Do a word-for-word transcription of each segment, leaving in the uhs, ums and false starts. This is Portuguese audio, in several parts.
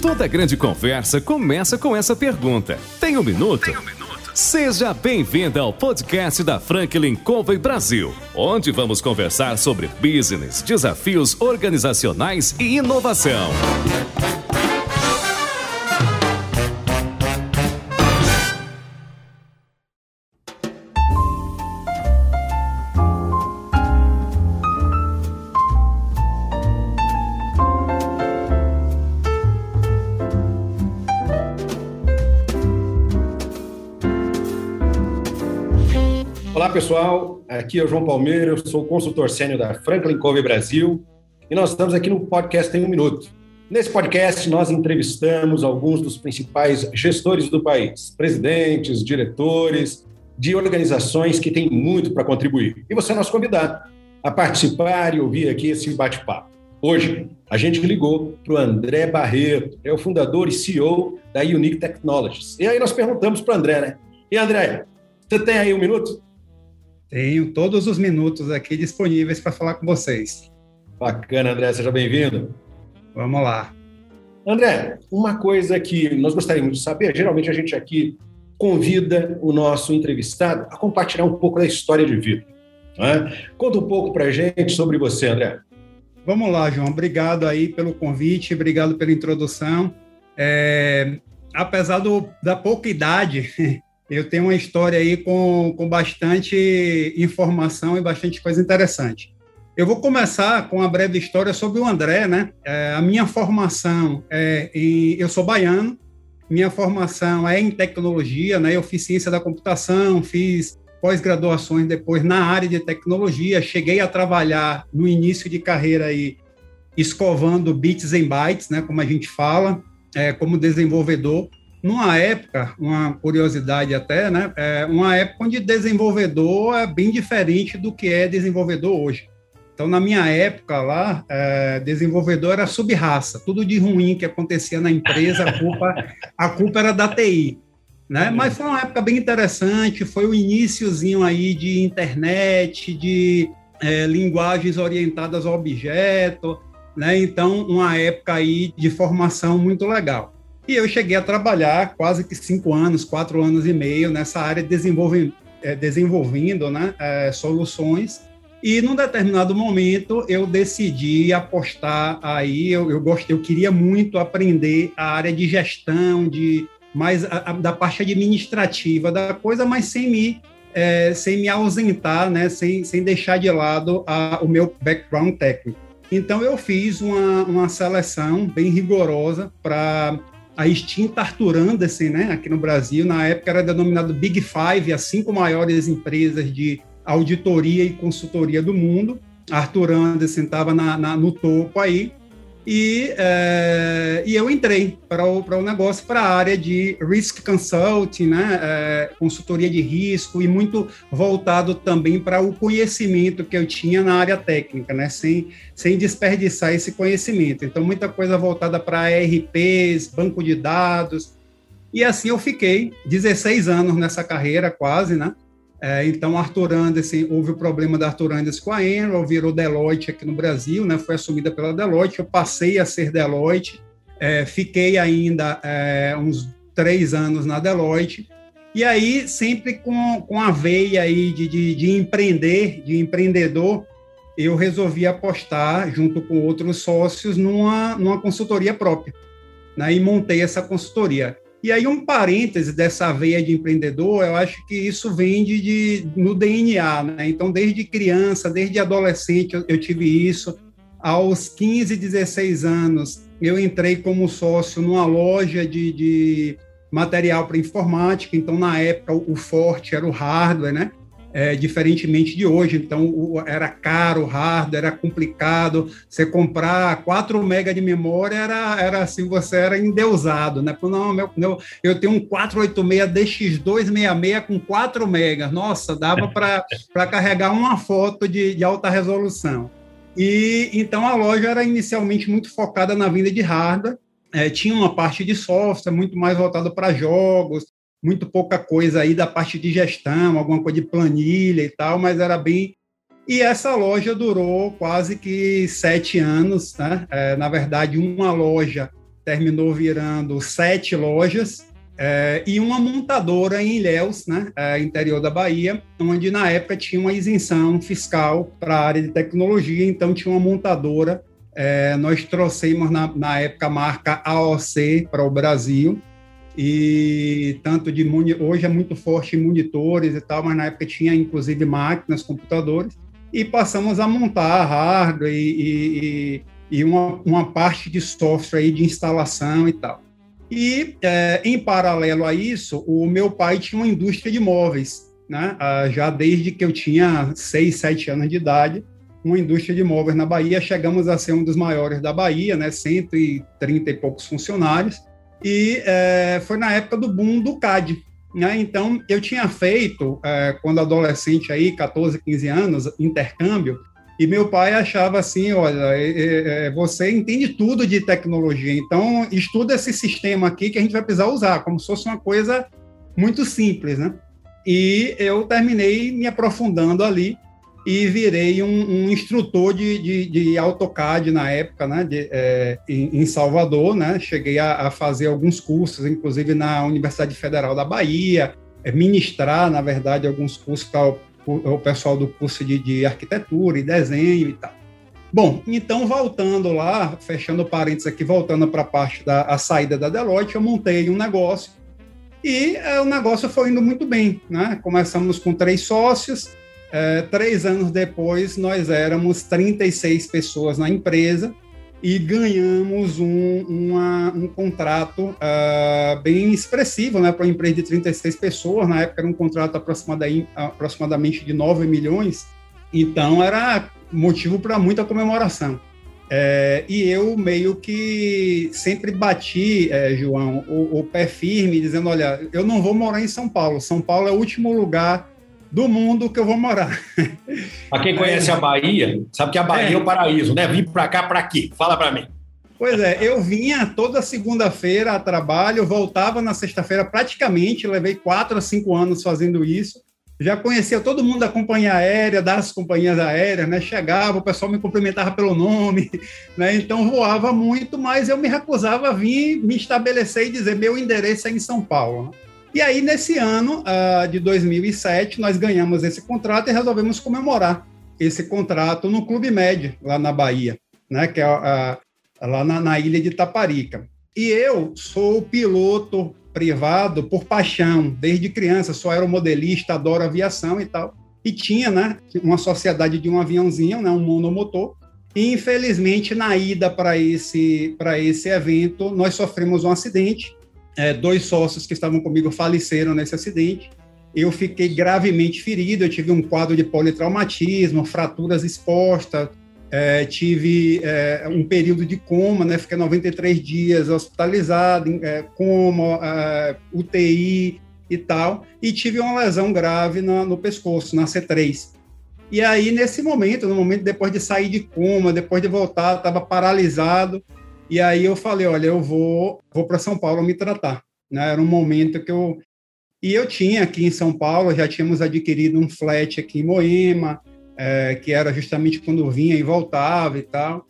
Toda grande conversa começa com essa pergunta. Tem um minuto? Tem um minuto? Seja bem-vinda ao podcast da Franklin Covey Brasil, onde vamos conversar sobre business, desafios organizacionais e inovação. Olá, pessoal. Aqui é o João Palmeira, eu sou consultor sênior da Franklin Covey Brasil e nós estamos aqui no podcast Tem um Minuto. Nesse podcast, nós entrevistamos alguns dos principais gestores do país, presidentes, diretores de organizações que têm muito para contribuir. E você é nosso convidado a participar e ouvir aqui esse bate-papo. Hoje, a gente ligou para o André Barreto, é o fundador e C E O da Unique Technologies. E aí nós perguntamos para o André, né? E André, você tem aí um minuto? Tenho todos os minutos aqui disponíveis para falar com vocês. Bacana, André. Seja bem-vindo. Vamos lá. André, uma coisa que nós gostaríamos de saber, geralmente a gente aqui convida o nosso entrevistado a compartilhar um pouco da história de vida. Né? Conta um pouco para a gente sobre você, André. Vamos lá, João. Obrigado aí pelo convite, obrigado pela introdução. É, apesar do, da pouca idade... Eu tenho uma história aí com, com bastante informação e bastante coisa interessante. Eu vou começar com uma breve história sobre o André, né? É, a minha formação é em... Eu sou baiano, minha formação é em tecnologia, né? Eu fiz ciência da computação, fiz pós-graduações depois na área de tecnologia, cheguei a trabalhar no início de carreira aí, escovando bits em bytes, né? Como a gente fala, é, como desenvolvedor. Numa época, uma curiosidade até, né? É uma época onde desenvolvedor é bem diferente do que é desenvolvedor hoje. Então, na minha época lá, é, desenvolvedor era sub-raça. Tudo de ruim que acontecia na empresa, a culpa, a culpa era da T I. Né? Mas foi uma época bem interessante, foi o iniciozinho aí de internet, de é, linguagens orientadas ao objeto, né? Então, uma época aí de formação muito legal. E eu cheguei a trabalhar quase que cinco anos, quatro anos e meio nessa área desenvolve, é, desenvolvendo né, é, soluções. E num determinado momento eu decidi apostar aí, eu, eu, gost, eu queria muito aprender a área de gestão, de, mais a, a, da parte administrativa da coisa, mas sem me, é, sem me ausentar, né, sem, sem deixar de lado a, o meu background técnico. Então eu fiz uma, uma seleção bem rigorosa para... a extinta Arthur Andersen, né, aqui no Brasil, na época era denominado Big Five, as cinco maiores empresas de auditoria e consultoria do mundo. A Arthur Andersen estava na, na, no topo aí, e, é, e eu entrei para o, para o negócio, para a área de Risk Consulting, né, é, consultoria de risco, e muito voltado também para o conhecimento que eu tinha na área técnica, né, sem, sem desperdiçar esse conhecimento. Então, muita coisa voltada para E R Ps, banco de dados, e assim eu fiquei dezesseis anos nessa carreira, quase, né. É, então, Arthur Andersen, houve o problema da Arthur Andersen com a Enron, virou Deloitte aqui no Brasil, né, foi assumida pela Deloitte, eu passei a ser Deloitte, é, fiquei ainda é, uns três anos na Deloitte, e aí sempre com, com a veia aí de, de, de empreender, de empreendedor, eu resolvi apostar, junto com outros sócios, numa, numa consultoria própria, né, e montei essa consultoria. E aí, um parêntese dessa veia de empreendedor, eu acho que isso vem de, de, no D N A, né? Então, desde criança, desde adolescente, eu, eu tive isso. Aos quinze, dezesseis anos, eu entrei como sócio numa loja de, de material para informática. Então, na época, o forte era o hardware, né? É, diferentemente de hoje. Então, o, era caro o hardware, era complicado. Você comprar quatro megas de memória era, era assim, você era endeusado, né? Não, meu, meu, eu tenho um quatrocentos e oitenta e seis D X duzentos e sessenta e seis com quatro megas. Nossa, dava para carregar uma foto de, de alta resolução. E então a loja era inicialmente muito focada na venda de hardware. É, tinha uma parte de software muito mais voltada para jogos, muito pouca coisa aí da parte de gestão, alguma coisa de planilha e tal, mas era bem... E essa loja durou quase que sete anos, né? É, na verdade, uma loja terminou virando sete lojas, É, e uma montadora em Ilhéus, né, é, interior da Bahia, onde na época tinha uma isenção fiscal para a área de tecnologia, então tinha uma montadora. É, nós trouxemos na, na época a marca A O C para o Brasil, e tanto de hoje é muito forte em monitores e tal, mas na época tinha inclusive máquinas, computadores, e passamos a montar hardware e, e, e uma, uma parte de software aí de instalação e tal. E, é, em paralelo a isso, o meu pai tinha uma indústria de móveis, né? Ah, já desde que eu tinha seis, sete anos de idade, uma indústria de móveis na Bahia. Chegamos a ser um dos maiores da Bahia, né? cento e trinta e poucos funcionários, e é, foi na época do boom do C A D, né? Então, eu tinha feito, é, quando adolescente, aí, catorze, quinze anos, intercâmbio, e meu pai achava assim, olha, é, é, você entende tudo de tecnologia, então estuda esse sistema aqui que a gente vai precisar usar, como se fosse uma coisa muito simples, né? E eu terminei me aprofundando ali e virei um, um instrutor de, de, de AutoCAD na época, né? De, é, em, em Salvador, né? Cheguei a, a fazer alguns cursos, inclusive na Universidade Federal da Bahia, é, ministrar, na verdade, alguns cursos para o pessoal do curso de, de arquitetura e desenho e tal. Bom, então, voltando lá, fechando parênteses aqui, voltando para a parte da a saída da Deloitte, eu montei um negócio e é, o negócio foi indo muito bem, né? Começamos com três sócios, é, três anos depois nós éramos trinta e seis pessoas na empresa e ganhamos um, uma, um contrato uh, bem expressivo, né, para uma empresa de trinta e seis pessoas. Na época era um contrato aproximadamente, aproximadamente de nove milhões, então era motivo para muita comemoração. É, e eu meio que sempre bati, é, João, o, o pé firme, dizendo, olha, eu não vou morar em São Paulo, São Paulo é o último lugar do mundo que eu vou morar. Para quem conhece a Bahia, sabe que a Bahia é, é o paraíso, né? Vim para cá para quê? Fala para mim. Pois é, eu vinha toda segunda-feira a trabalho, voltava na sexta-feira praticamente, levei quatro a cinco anos fazendo isso, já conhecia todo mundo da companhia aérea, das companhias aéreas, né? Chegava, o pessoal me cumprimentava pelo nome, né? Então voava muito, mas eu me recusava a vir me estabelecer e dizer, meu endereço é em São Paulo, né? E aí, nesse ano uh, de dois mil e sete, nós ganhamos esse contrato e resolvemos comemorar esse contrato no Clube Med, lá na Bahia, né, que é uh, lá na, na ilha de Taparica. E eu sou piloto privado por paixão, desde criança, sou aeromodelista, adoro aviação e tal. E tinha, né, uma sociedade de um aviãozinho, né, um monomotor. E, infelizmente, na ida para esse, para esse evento, nós sofremos um acidente. É, dois sócios que estavam comigo faleceram nesse acidente. Eu fiquei gravemente ferido, eu tive um quadro de politraumatismo, fraturas expostas, é, tive é, um período de coma, né? Fiquei noventa e três dias hospitalizado, em é, coma, é, U T I e tal, e tive uma lesão grave na, no pescoço, na C três. E aí, nesse momento, no momento depois de sair de coma, depois de voltar, estava paralisado. E aí eu falei, olha, eu vou, vou para São Paulo me tratar, né? Era um momento que eu... E eu tinha aqui em São Paulo, já tínhamos adquirido um flat aqui em Moema, é, que era justamente quando eu vinha e voltava e tal.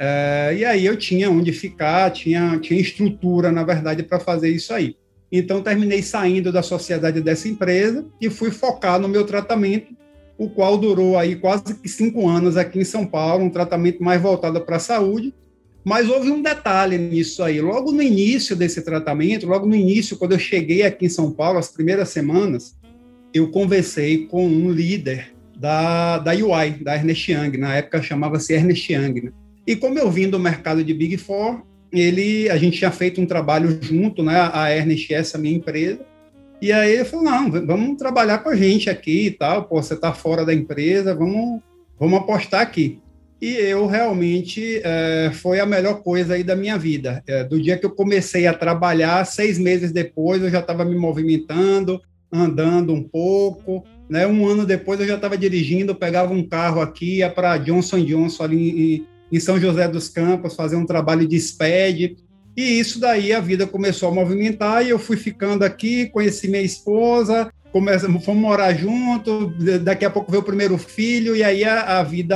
É, e aí eu tinha onde ficar, tinha, tinha estrutura, na verdade, para fazer isso aí. Então, terminei saindo da sociedade dessa empresa e fui focar no meu tratamento, o qual durou aí quase que cinco anos aqui em São Paulo, um tratamento mais voltado para a saúde. Mas houve um detalhe nisso aí. Logo no início desse tratamento, logo no início, quando eu cheguei aqui em São Paulo, as primeiras semanas, eu conversei com um líder da, da U I, da Ernst Young. Na época chamava-se Ernst Young, né? E como eu vim do mercado de Big Four, ele, a gente tinha feito um trabalho junto, né? A Ernst, essa minha empresa. E aí ele falou, não, vamos trabalhar com a gente aqui e tal. Pô, você está fora da empresa, vamos, vamos apostar aqui. E eu realmente, é, foi a melhor coisa aí da minha vida. É, do dia que eu comecei a trabalhar, seis meses depois eu já estava me movimentando, andando um pouco, né? Um ano depois eu já estava dirigindo, pegava um carro aqui, ia para Johnson and Johnson ali em, em São José dos Campos, fazer um trabalho de S P E D. E isso daí a vida começou a movimentar e eu fui ficando aqui, conheci minha esposa, comecei, fomos morar junto, daqui a pouco veio o primeiro filho e aí a, a vida...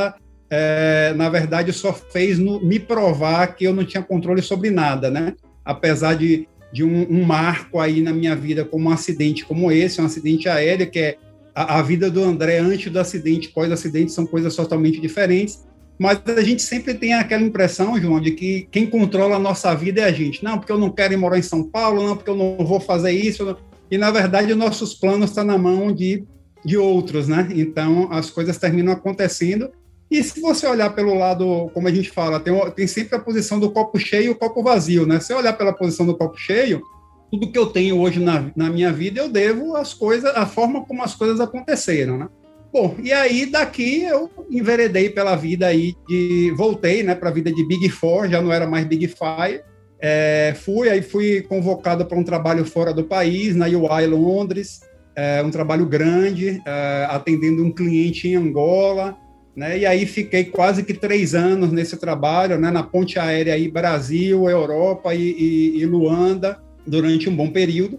é, na verdade, só fez no, me provar que eu não tinha controle sobre nada, né? Apesar de, de um, um marco aí na minha vida, como um acidente como esse, um acidente aéreo, que é a, a vida do André antes do acidente, pós-acidente, são coisas totalmente diferentes. Mas a gente sempre tem aquela impressão, João, de que quem controla a nossa vida é a gente. Não, porque eu não quero ir morar em São Paulo, não, porque eu não vou fazer isso. E, na verdade, nossos planos estão na mão de, de outros, né? Então, as coisas terminam acontecendo. E se você olhar pelo lado, como a gente fala, tem, tem sempre a posição do copo cheio e o copo vazio, né? Se eu olhar pela posição do copo cheio, tudo que eu tenho hoje na, na minha vida, eu devo às coisas, à forma como as coisas aconteceram, né? Bom, e aí daqui eu enveredei pela vida aí, de, voltei, né, para a vida de Big Four, já não era mais Big Five, é, fui, aí fui convocado para um trabalho fora do país, na U I Londres, é, um trabalho grande, é, atendendo um cliente em Angola, né, e aí fiquei quase que três anos nesse trabalho, né, na ponte aérea aí Brasil, Europa e, e, e Luanda, durante um bom período.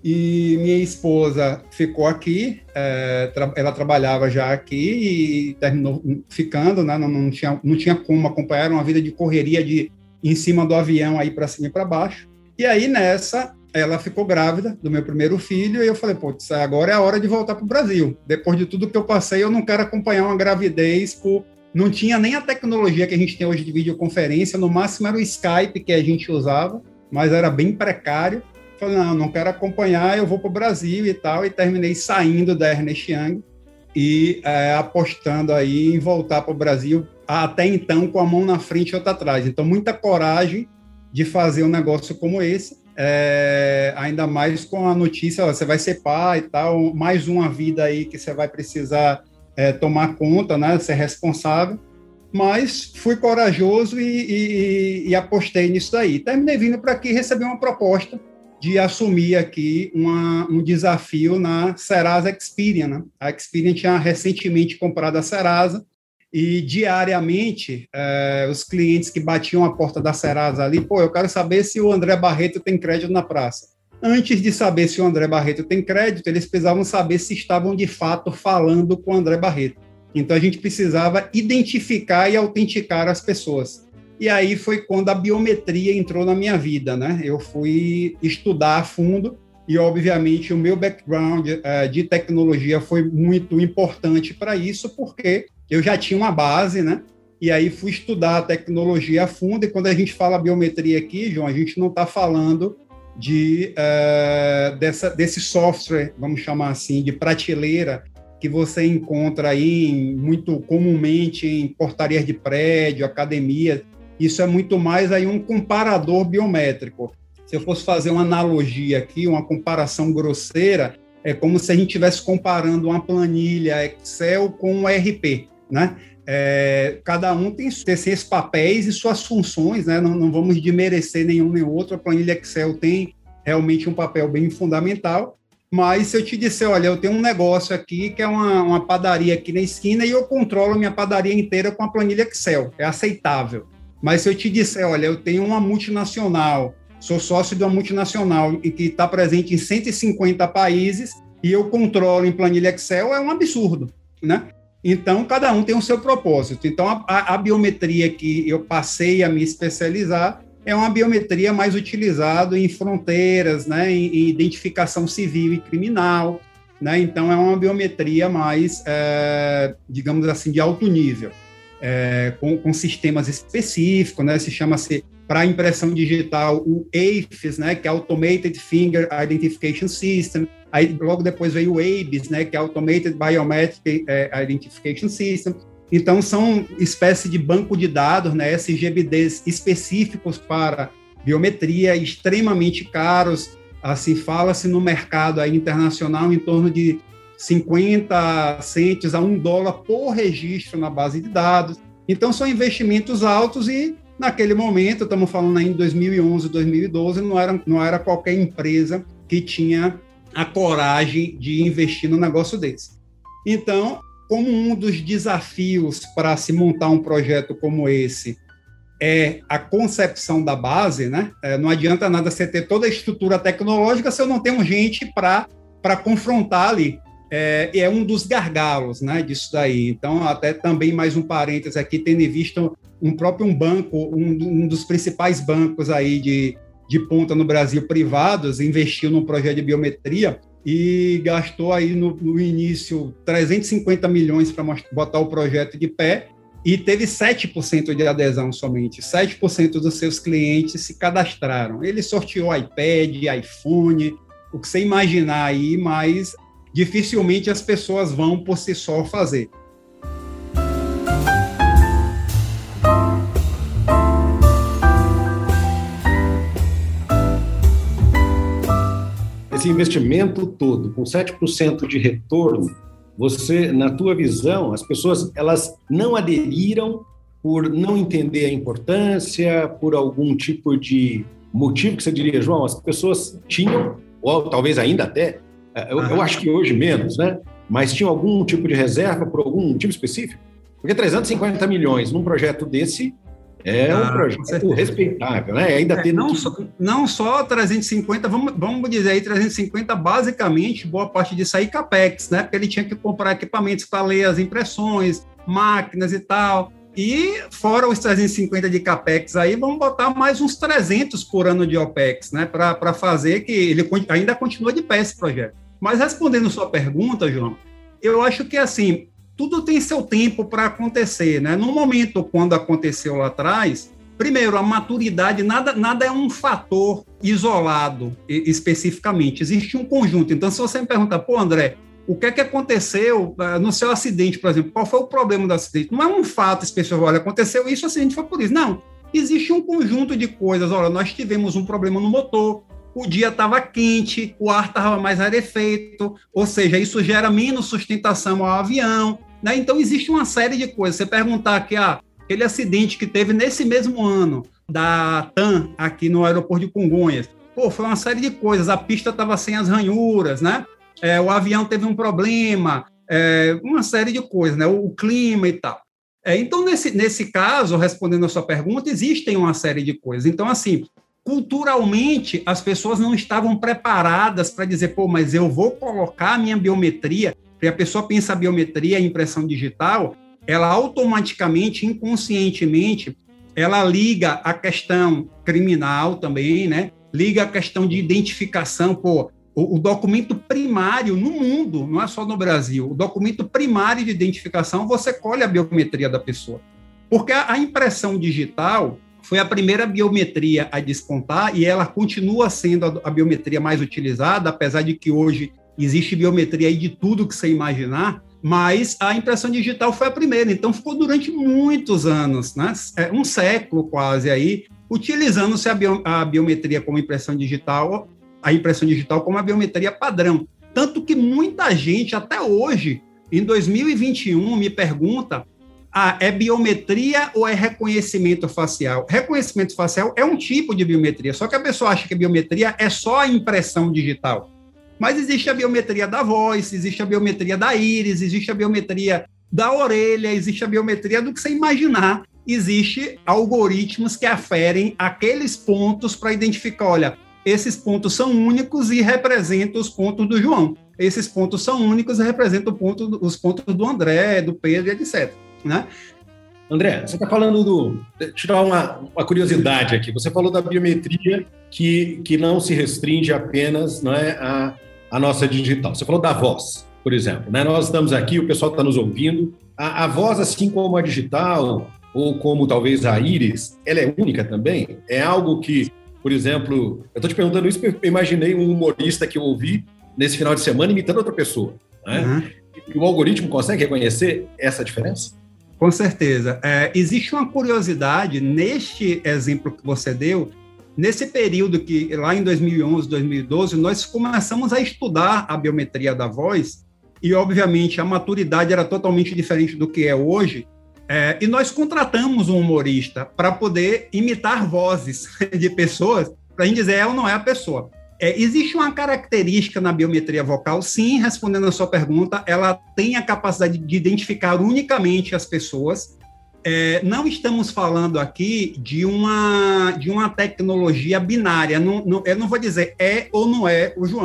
E minha esposa ficou aqui, é, tra- ela trabalhava já aqui e terminou ficando, né? não, não, tinha, não tinha como acompanhar uma vida de correria de, em cima do avião, aí para cima e para baixo. E aí, nessa, ela ficou grávida do meu primeiro filho e eu falei, pô, agora é a hora de voltar para o Brasil. Depois de tudo que eu passei, eu não quero acompanhar uma gravidez por... Não tinha nem a tecnologia que a gente tem hoje de videoconferência, no máximo era o Skype que a gente usava, mas era bem precário. Falei, não, não quero acompanhar, eu vou para o Brasil e tal, e terminei saindo da Ernest Young e é, apostando aí em voltar para o Brasil, até então com a mão na frente e outra atrás. Então, muita coragem de fazer um negócio como esse, é, ainda mais com a notícia, ó, você vai ser pai e tal, mais uma vida aí que você vai precisar é, tomar conta, né, ser responsável. Mas fui corajoso e, e, e apostei nisso daí. Terminei vindo para aqui e recebi uma proposta de assumir aqui uma, um desafio na Serasa Experian, né? A Experian tinha recentemente comprado a Serasa e diariamente eh, os clientes que batiam a porta da Serasa ali, pô, eu quero saber se o André Barreto tem crédito na praça. Antes de saber se o André Barreto tem crédito, eles precisavam saber se estavam de fato falando com o André Barreto. Então a gente precisava identificar e autenticar as pessoas. E aí foi quando a biometria entrou na minha vida, né? Eu fui estudar a fundo e, obviamente, o meu background uh, de tecnologia foi muito importante para isso, porque eu já tinha uma base, né? E aí fui estudar a tecnologia a fundo, e quando a gente fala biometria aqui, João, a gente não está falando de, uh, dessa, desse software, vamos chamar assim, de prateleira, que você encontra aí muito comumente em portarias de prédio, academia. Isso é muito mais aí um comparador biométrico. Se eu fosse fazer uma analogia aqui, uma comparação grosseira, é como se a gente estivesse comparando uma planilha Excel com um E R P, né? É, cada um tem seus papéis e suas funções, né? Não, não vamos desmerecer nenhum nem outro. A planilha Excel tem realmente um papel bem fundamental, mas se eu te disser, olha, eu tenho um negócio aqui que é uma, uma padaria aqui na esquina e eu controlo a minha padaria inteira com a planilha Excel, é aceitável. Mas se eu te disser, olha, eu tenho uma multinacional, sou sócio de uma multinacional e que está presente em cento e cinquenta países e eu controlo em planilha Excel, é um absurdo, né? Então, cada um tem o seu propósito. Então, a, a biometria que eu passei a me especializar é uma biometria mais utilizada em fronteiras, né, em, em identificação civil e criminal, né? Então, é uma biometria mais, é, digamos assim, de alto nível. É, com, com sistemas específicos, né? Se chama-se, para impressão digital, o A F I S, né? Que é Automated Finger Identification System. Aí, logo depois veio o A B I S, né? Que é Automated Biometric Identification System. Então, são espécie de banco de dados, né? S G B Ds específicos para biometria, extremamente caros. Assim, fala-se no mercado aí internacional em torno de cinquenta centes a um dólar por registro na base de dados. Então, são investimentos altos e, naquele momento, estamos falando aí em dois mil e onze, dois mil e doze, não era, não era qualquer empresa que tinha a coragem de investir num negócio desse. Então, como um dos desafios para se montar um projeto como esse é a concepção da base, né? É, não adianta nada você ter toda a estrutura tecnológica se eu não tenho gente para para confrontar ali. é, é um dos gargalos, né, disso daí. Então, até também mais um parênteses aqui, tendo em vista um próprio um banco, um, um dos principais bancos aí de, de ponta no Brasil privados, investiu num projeto de biometria e gastou aí no, no início trezentos e cinquenta milhões para botar o projeto de pé e teve sete por cento de adesão somente. sete por cento dos seus clientes se cadastraram. Ele sorteou iPad, iPhone, o que você imaginar aí, mas dificilmente as pessoas vão por si só fazer. Esse investimento todo, com sete por cento de retorno, você, na tua visão, as pessoas elas não aderiram por não entender a importância, por algum tipo de motivo que você diria, João, as pessoas tinham, ou talvez ainda até, eu, eu acho que hoje menos, né? Mas tinham algum tipo de reserva por algum motivo específico? Porque trezentos e cinquenta milhões num projeto desse é um ah, projeto respeitável, né? Ainda é, tem não, que... só, não só trezentos e cinquenta, vamos, vamos dizer aí, trezentos e cinquenta, basicamente, boa parte disso aí CAPEX, né? Porque ele tinha que comprar equipamentos para ler as impressões, máquinas e tal. E fora os trezentos e cinquenta de CAPEX aí, vamos botar mais uns trezentos por ano de OPEX, né? Para fazer que ele ainda continue de pé esse projeto. Mas respondendo sua pergunta, João, eu acho que assim, tudo tem seu tempo para acontecer, né? No momento, quando aconteceu lá atrás, primeiro, a maturidade, nada, nada é um fator isolado especificamente, existe um conjunto. Então, se você me perguntar, pô, André, o que é que aconteceu no seu acidente, por exemplo? Qual foi o problema do acidente? Não é um fato específico, olha, aconteceu isso, o acidente foi por isso. Não, existe um conjunto de coisas. Olha, nós tivemos um problema no motor, o dia estava quente, o ar estava mais rarefeito, ou seja, isso gera menos sustentação ao avião, né? Então, existe uma série de coisas. Você perguntar aqui, ah, aquele acidente que teve nesse mesmo ano da TAM, aqui no aeroporto de Congonhas, pô, foi uma série de coisas, a pista estava sem as ranhuras, né? É, o avião teve um problema, é, uma série de coisas, né? O, o clima e tal. É, então, nesse, nesse caso, respondendo a sua pergunta, existem uma série de coisas. Então, assim, culturalmente, as pessoas não estavam preparadas para dizer, pô, mas eu vou colocar a minha biometria, porque a pessoa pensa a biometria, a impressão digital, ela automaticamente, inconscientemente, ela liga a questão criminal também, né? Liga a questão de identificação, pô, o, o documento primário no mundo, não é só no Brasil, o documento primário de identificação, você colhe a biometria da pessoa. Porque a, a impressão digital foi a primeira biometria a despontar e ela continua sendo a, a biometria mais utilizada, apesar de que hoje existe biometria aí de tudo que você imaginar, mas a impressão digital foi a primeira, então ficou durante muitos anos, né? Um século quase aí, utilizando-se a, bio, a biometria como impressão digital, a impressão digital como a biometria padrão. Tanto que muita gente, até hoje, em dois mil e vinte e um, me pergunta, ah, é biometria ou é reconhecimento facial? Reconhecimento facial é um tipo de biometria, só que a pessoa acha que a biometria é só a impressão digital. Mas existe a biometria da voz, existe a biometria da íris, existe a biometria da orelha, existe a biometria do que você imaginar. Existe algoritmos que aferem aqueles pontos para identificar, olha, esses pontos são únicos e representam os pontos do João. Esses pontos são únicos e representam o ponto, os pontos do André, do Pedro, etcétera. Né? André, você está falando do... Deixa eu dar uma, uma curiosidade aqui. Você falou da biometria que, que não se restringe apenas, não é, a a nossa digital. Você falou da voz, por exemplo, né? Nós estamos aqui, o pessoal está nos ouvindo. A, a voz, assim como a digital, ou como talvez a íris, ela é única também? É algo que, por exemplo, eu estou te perguntando isso porque eu imaginei um humorista que eu ouvi nesse final de semana imitando outra pessoa, né? Uhum. E o algoritmo consegue reconhecer essa diferença? Com certeza. É, existe uma curiosidade neste exemplo que você deu. Nesse período que, lá em dois mil e onze, dois mil e doze, nós começamos a estudar a biometria da voz e, obviamente, a maturidade era totalmente diferente do que é hoje, é, e nós contratamos um humorista para poder imitar vozes de pessoas, para a gente dizer é ou não é a pessoa. É, existe uma característica na biometria vocal, sim, respondendo a sua pergunta, ela tem a capacidade de identificar unicamente as pessoas. É, não estamos falando aqui de uma, de uma tecnologia binária, não, não, eu não vou dizer é ou não é o João.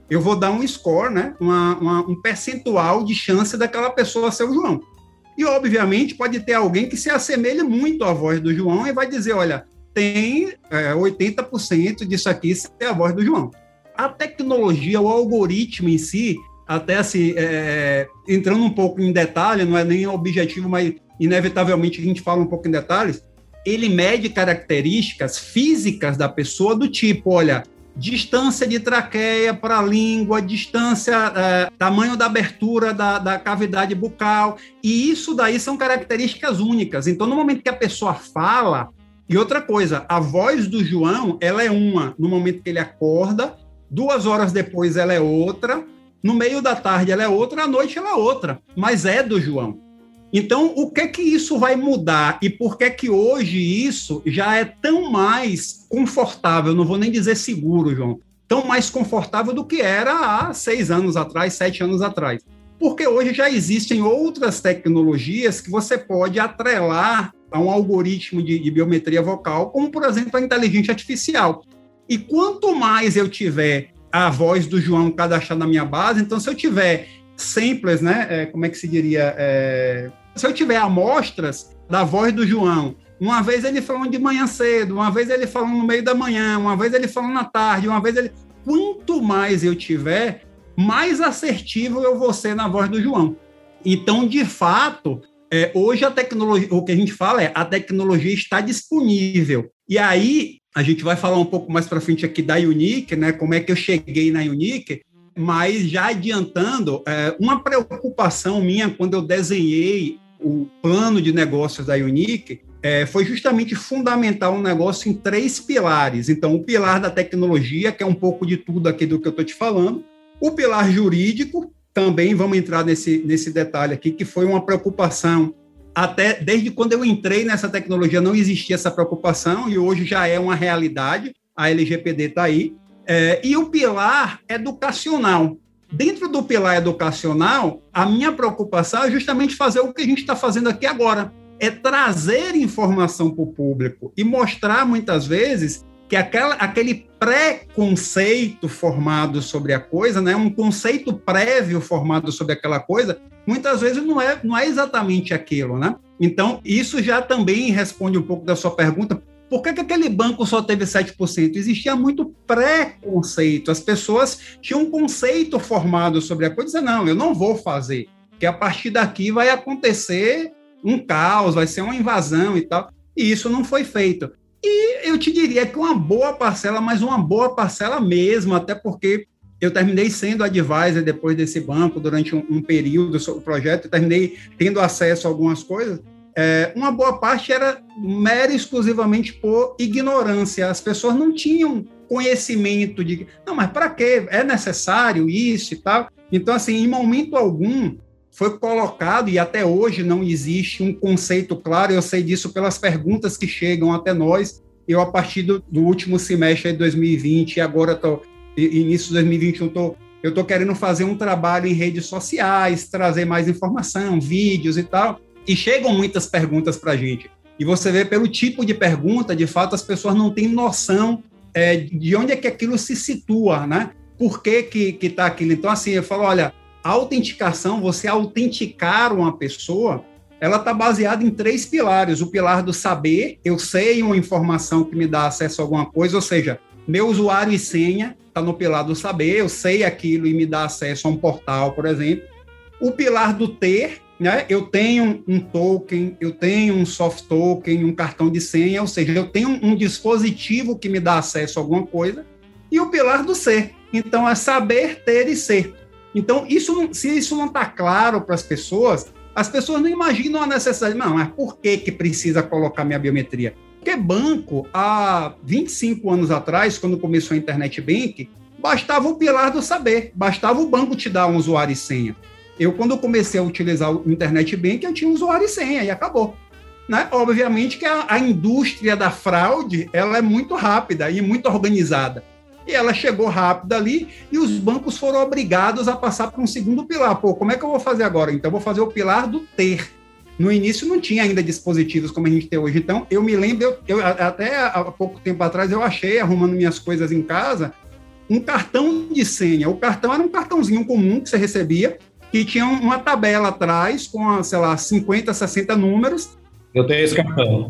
eu vou dar um score, né? Uma, uma, um percentual de chance daquela pessoa ser o João. E, obviamente, pode ter alguém que se assemelhe muito à voz do João e vai dizer, olha, tem é, oitenta por cento disso aqui ser a voz do João. A tecnologia, o algoritmo em si, até assim, é, entrando um pouco em detalhe, não é nem objetivo, mas inevitavelmente a gente fala um pouco em detalhes, ele mede características físicas da pessoa do tipo, olha, distância de traqueia para a língua, distância, é, tamanho da abertura da, da cavidade bucal, e isso daí são características únicas. Então, no momento que a pessoa fala, e outra coisa, a voz do João, ela é uma, no momento que ele acorda, duas horas depois ela é outra, no meio da tarde ela é outra, à noite ela é outra, mas é do João. Então, o que é que isso vai mudar e por que é que hoje isso já é tão mais confortável, não vou nem dizer seguro, João, tão mais confortável do que era há seis anos atrás, sete anos atrás? Porque hoje já existem outras tecnologias que você pode atrelar a um algoritmo de, de biometria vocal, como, por exemplo, a inteligência artificial. E quanto mais eu tiver a voz do João cadastrada na minha base, então, se eu tiver samples, né? É, como é que se diria? É, se eu tiver amostras da voz do João, uma vez ele falando de manhã cedo, uma vez ele falando no meio da manhã, uma vez ele falando na tarde, uma vez ele... Quanto mais eu tiver, mais assertivo eu vou ser na voz do João. Então, de fato, é, hoje a tecnologia, o que a gente fala é a tecnologia está disponível. E aí, a gente vai falar um pouco mais para frente aqui da Unique, né? Como é que eu cheguei na Unique, mas já adiantando, é, uma preocupação minha quando eu desenhei o plano de negócios da Unique é, foi justamente fundamentar um negócio em três pilares. Então, o pilar da tecnologia, que é um pouco de tudo aqui do que eu estou te falando, o pilar jurídico, também vamos entrar nesse, nesse detalhe aqui, que foi uma preocupação, até desde quando eu entrei nessa tecnologia não existia essa preocupação, e hoje já é uma realidade, a L G P D está aí. É, e o pilar educacional. Dentro do pilar educacional, a minha preocupação é justamente fazer o que a gente está fazendo aqui agora, é trazer informação para o público e mostrar, muitas vezes, que aquela, aquele pré-conceito formado sobre a coisa, né, um conceito prévio formado sobre aquela coisa, muitas vezes não é, não é exatamente aquilo, né? Então, isso já também responde um pouco da sua pergunta. Por que que aquele banco só teve sete por cento? Existia muito pré-conceito. As pessoas tinham um conceito formado sobre a coisa. Não, eu não vou fazer, porque a partir daqui vai acontecer um caos, vai ser uma invasão e tal. E isso não foi feito. E eu te diria que uma boa parcela, mas uma boa parcela mesmo, até porque eu terminei sendo advisor depois desse banco durante um, um período sobre o projeto, eu terminei tendo acesso a algumas coisas. É, uma boa parte era mera e exclusivamente por ignorância. As pessoas não tinham conhecimento de... Não, mas para quê? É necessário isso e tal? Então, assim, em momento algum, foi colocado, e até hoje não existe um conceito claro, eu sei disso pelas perguntas que chegam até nós. Eu, a partir do, do último semestre de dois mil e vinte, e agora, tô, início de dois mil e vinte e um, tô, eu estou querendo fazer um trabalho em redes sociais, trazer mais informação, vídeos e tal. E chegam muitas perguntas para a gente. E você vê pelo tipo de pergunta, de fato, as pessoas não têm noção é, de onde é que aquilo se situa, né? Por que que está aquilo? Então, assim, eu falo, olha, a autenticação, você autenticar uma pessoa, ela está baseada em três pilares. O pilar do saber, eu sei uma informação que me dá acesso a alguma coisa, ou seja, meu usuário e senha está no pilar do saber, eu sei aquilo e me dá acesso a um portal, por exemplo. O pilar do ter, né? Eu tenho um token, eu tenho um soft token, um cartão de senha, ou seja, eu tenho um dispositivo que me dá acesso a alguma coisa, e o pilar do ser. Então, é saber, ter e ser. Então, isso, se isso não está claro para as pessoas, as pessoas não imaginam a necessidade. Não, mas por que que precisa colocar minha biometria? Porque banco, há vinte e cinco anos atrás, quando começou a Internet Bank, bastava o pilar do saber, bastava o banco te dar um usuário e senha. Eu, quando comecei a utilizar o Internet Bank, eu tinha um usuário e senha, e acabou. Né? Obviamente que a, a indústria da fraude, ela é muito rápida e muito organizada. E ela chegou rápido ali, e os bancos foram obrigados a passar para um segundo pilar. Pô, como é que eu vou fazer agora? Então, eu vou fazer o pilar do ter. No início, não tinha ainda dispositivos como a gente tem hoje. Então, eu me lembro, eu, eu, até há pouco tempo atrás, eu achei, arrumando minhas coisas em casa, um cartão de senha. O cartão era um cartãozinho comum que você recebia, que tinha uma tabela atrás com, sei lá, cinquenta, sessenta números. Eu tenho esse cartão.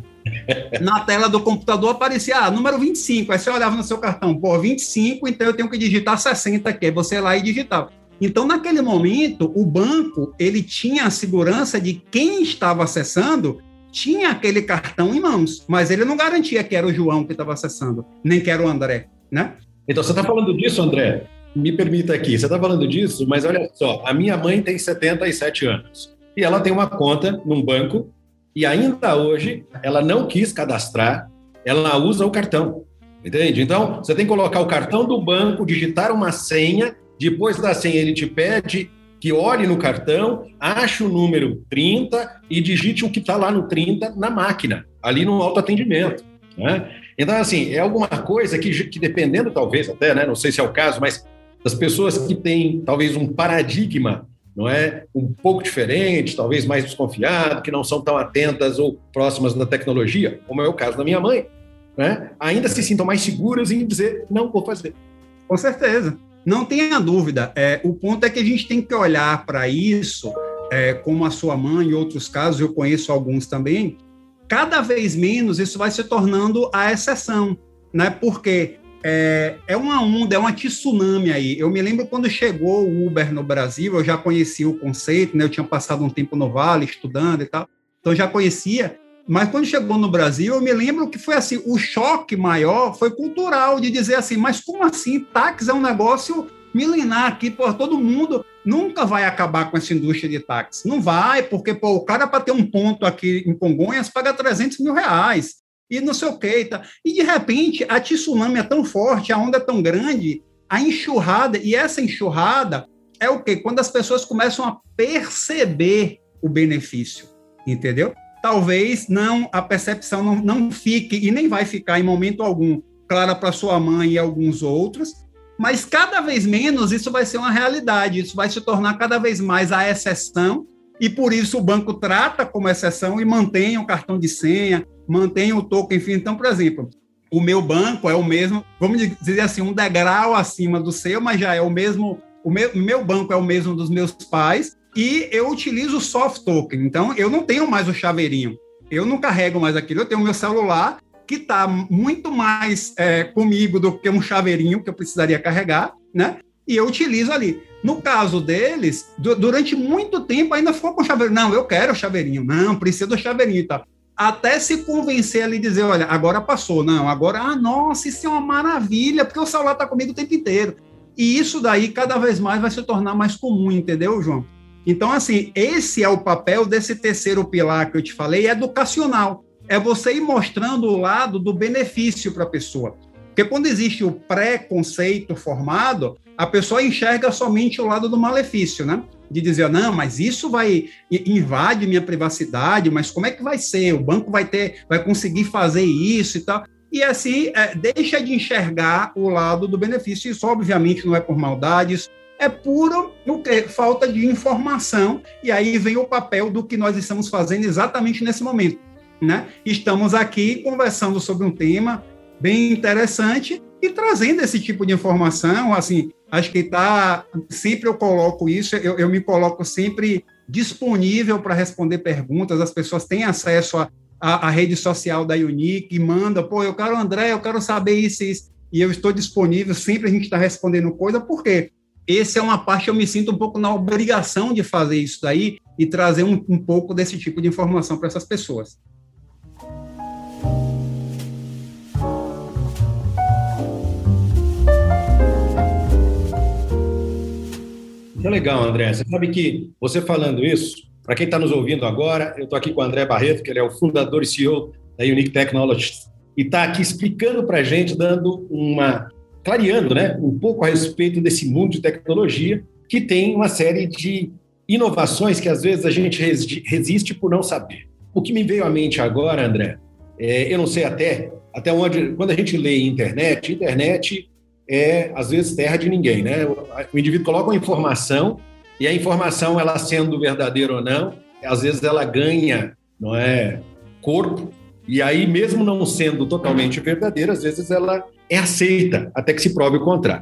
Na tela do computador aparecia, ah, número vinte e cinco. Aí você olhava no seu cartão, pô, vinte e cinco, então eu tenho que digitar sessenta aqui. Aí você ia lá e digitava. Então, naquele momento, o banco, ele tinha a segurança de quem estava acessando tinha aquele cartão em mãos, mas ele não garantia que era o João que estava acessando, nem que era o André, né? Então, você está falando disso, André? Me permita aqui, você está falando disso, mas olha só, a minha mãe tem setenta e sete anos e ela tem uma conta num banco e ainda hoje ela não quis cadastrar, ela usa o cartão, entende? Então, você tem que colocar o cartão do banco, digitar uma senha, depois da senha ele te pede que olhe no cartão, ache o número trinta e digite o que está lá no trinta na máquina, ali no autoatendimento, né? Então, assim, é alguma coisa que, que dependendo, talvez até, né, não sei se é o caso, mas das pessoas que têm, talvez, um paradigma, não é, um pouco diferente, talvez mais desconfiado, que não são tão atentas ou próximas da tecnologia, como é o caso da minha mãe, né, ainda se sintam mais seguras em dizer, não vou fazer. Com certeza. Não tenha dúvida. É, o ponto é que a gente tem que olhar para isso, é, como a sua mãe e outros casos, eu conheço alguns também, cada vez menos isso vai se tornando a exceção, né? Porque é, é uma onda, é uma tsunami aí. Eu me lembro quando chegou o Uber no Brasil, eu já conhecia o conceito, né? Eu tinha passado um tempo no Vale estudando e tal, então eu já conhecia, mas quando chegou no Brasil, eu me lembro que foi assim, o choque maior foi cultural, de dizer assim, mas como assim? Táxi é um negócio milenar aqui, pô, todo mundo nunca vai acabar com essa indústria de táxi. Não vai, porque pô, o cara para ter um ponto aqui em Congonhas paga trezentos mil reais, e não sei o que, tá? E de repente a tsunami é tão forte, a onda é tão grande, a enxurrada, e essa enxurrada é o quê? Quando as pessoas começam a perceber o benefício, entendeu? Talvez não, a percepção não, não fique, e nem vai ficar em momento algum, clara para sua mãe e alguns outros, mas cada vez menos isso vai ser uma realidade, isso vai se tornar cada vez mais a exceção, e por isso o banco trata como exceção e mantém o cartão de senha, mantém o token, enfim. Então, por exemplo, o meu banco é o mesmo, vamos dizer assim, um degrau acima do seu, mas já é o mesmo, o meu, o meu banco é o mesmo dos meus pais, e eu utilizo o soft token, então eu não tenho mais o chaveirinho, eu não carrego mais aquilo, eu tenho o meu celular, que está muito mais é, comigo do que um chaveirinho que eu precisaria carregar, né? E eu utilizo ali. No caso deles, du- durante muito tempo ainda foi com chaveirinho. Não, eu quero o chaveirinho. Não, preciso do chaveirinho e tal. Até se convencer ali e dizer, olha, agora passou. Não, agora, ah, nossa, isso é uma maravilha, porque o celular está comigo o tempo inteiro. E isso daí cada vez mais vai se tornar mais comum, entendeu, João? Então, assim, esse é o papel desse terceiro pilar que eu te falei, educacional. É você ir mostrando o lado do benefício para a pessoa. Porque quando existe o pré-conceito formado, a pessoa enxerga somente o lado do malefício, né? De dizer, não, mas isso vai invade minha privacidade, mas como é que vai ser? O banco vai ter, vai conseguir fazer isso e tal. E assim, é, deixa de enxergar o lado do benefício. Isso, obviamente, não é por maldade, isso é puro o quê? Falta de informação. E aí vem o papel do que nós estamos fazendo exatamente nesse momento, né? Estamos aqui conversando sobre um tema bem interessante e trazendo esse tipo de informação, assim, acho que tá, sempre eu coloco isso, eu, eu me coloco sempre disponível para responder perguntas, as pessoas têm acesso à a, a, a rede social da Unique e mandam, pô, eu quero André, eu quero saber isso e isso, e eu estou disponível, sempre a gente está respondendo coisa, por quê? Essa é uma parte, eu me sinto um pouco na obrigação de fazer isso daí e trazer um, um pouco desse tipo de informação para essas pessoas. Muito legal, André. Você sabe que você falando isso, para quem está nos ouvindo agora, eu estou aqui com o André Barreto, que ele é o fundador e C E O da Unique Technologies, e está aqui explicando para a gente, dando uma... clareando, né, um pouco a respeito desse mundo de tecnologia, que tem uma série de inovações que às vezes a gente resiste por não saber. O que me veio à mente agora, André, é, eu não sei até, até onde, quando a gente lê internet, internet é, às vezes, terra de ninguém, né? O indivíduo coloca uma informação e a informação, ela sendo verdadeira ou não, às vezes ela ganha, não é, corpo, e aí, mesmo não sendo totalmente verdadeira, às vezes ela é aceita, até que se prove o contrário.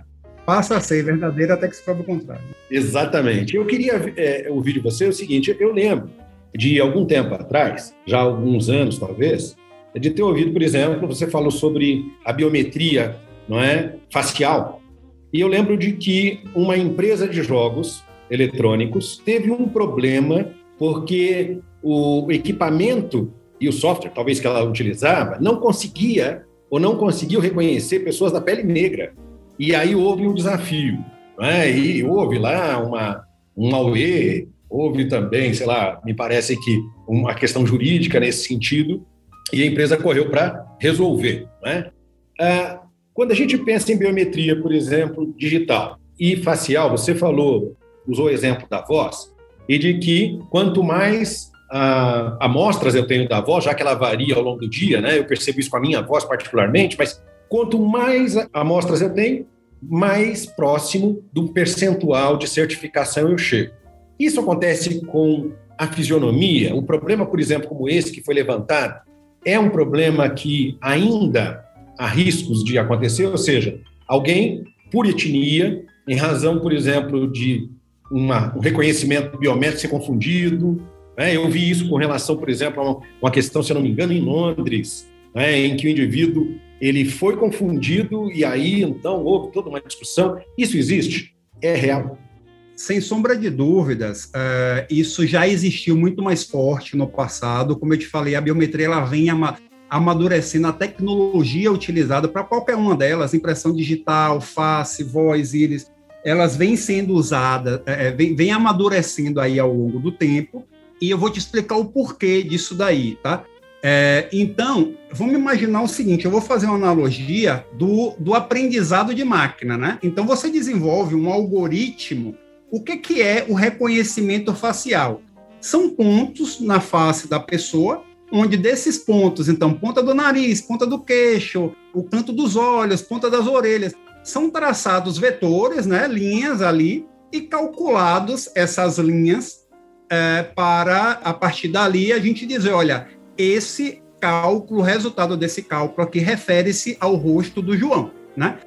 passa a ser verdadeira até que se prove o contrário. Exatamente. Eu queria é, ouvir de você o seguinte, eu lembro de algum tempo atrás, já há alguns anos talvez, de ter ouvido, por exemplo, você falou sobre a biometria, não é, facial, e eu lembro de que uma empresa de jogos eletrônicos teve um problema porque o equipamento e o software, talvez que ela utilizava, não conseguia ou não conseguiu reconhecer pessoas da pele negra. E aí houve um desafio, né? E houve lá uma, um auê, houve também, sei lá, me parece que uma questão jurídica nesse sentido, e a empresa correu para resolver, né? Ah, quando a gente pensa em biometria, por exemplo, digital e facial, você falou, usou o exemplo da voz, e de que quanto mais ah, amostras eu tenho da voz, já que ela varia ao longo do dia, né? Eu percebo isso com a minha voz particularmente, mas quanto mais amostras eu tenho, mais próximo do percentual de certificação eu chego. Isso acontece com a fisionomia. Um problema, por exemplo, como esse que foi levantado, é um problema que ainda há riscos de acontecer, ou seja, alguém por etnia, em razão, por exemplo, de uma, um reconhecimento biométrico ser confundido, né? Eu vi isso com relação, por exemplo, a uma, uma questão, se eu não me engano, em Londres, né? Em que o indivíduo ele foi confundido e aí, então, houve toda uma discussão. Isso existe? É real? Sem sombra de dúvidas, uh, isso já existiu muito mais forte no passado. Como eu te falei, a biometria ela vem ama- amadurecendo a tecnologia utilizada para qualquer uma delas, impressão digital, face, voz, íris, elas vêm sendo usadas, é, vem, vem amadurecendo aí ao longo do tempo, e eu vou te explicar o porquê disso daí, tá? É, então, vamos imaginar o seguinte, eu vou fazer uma analogia do, do aprendizado de máquina, né? Então, você desenvolve um algoritmo. O que, que é o reconhecimento facial? São pontos na face da pessoa, onde desses pontos, então, ponta do nariz, ponta do queixo, o canto dos olhos, ponta das orelhas, são traçados vetores, né, linhas ali, e calculados essas linhas é, para, a partir dali, a gente dizer, olha, esse cálculo, o resultado desse cálculo aqui refere-se ao rosto do João, né?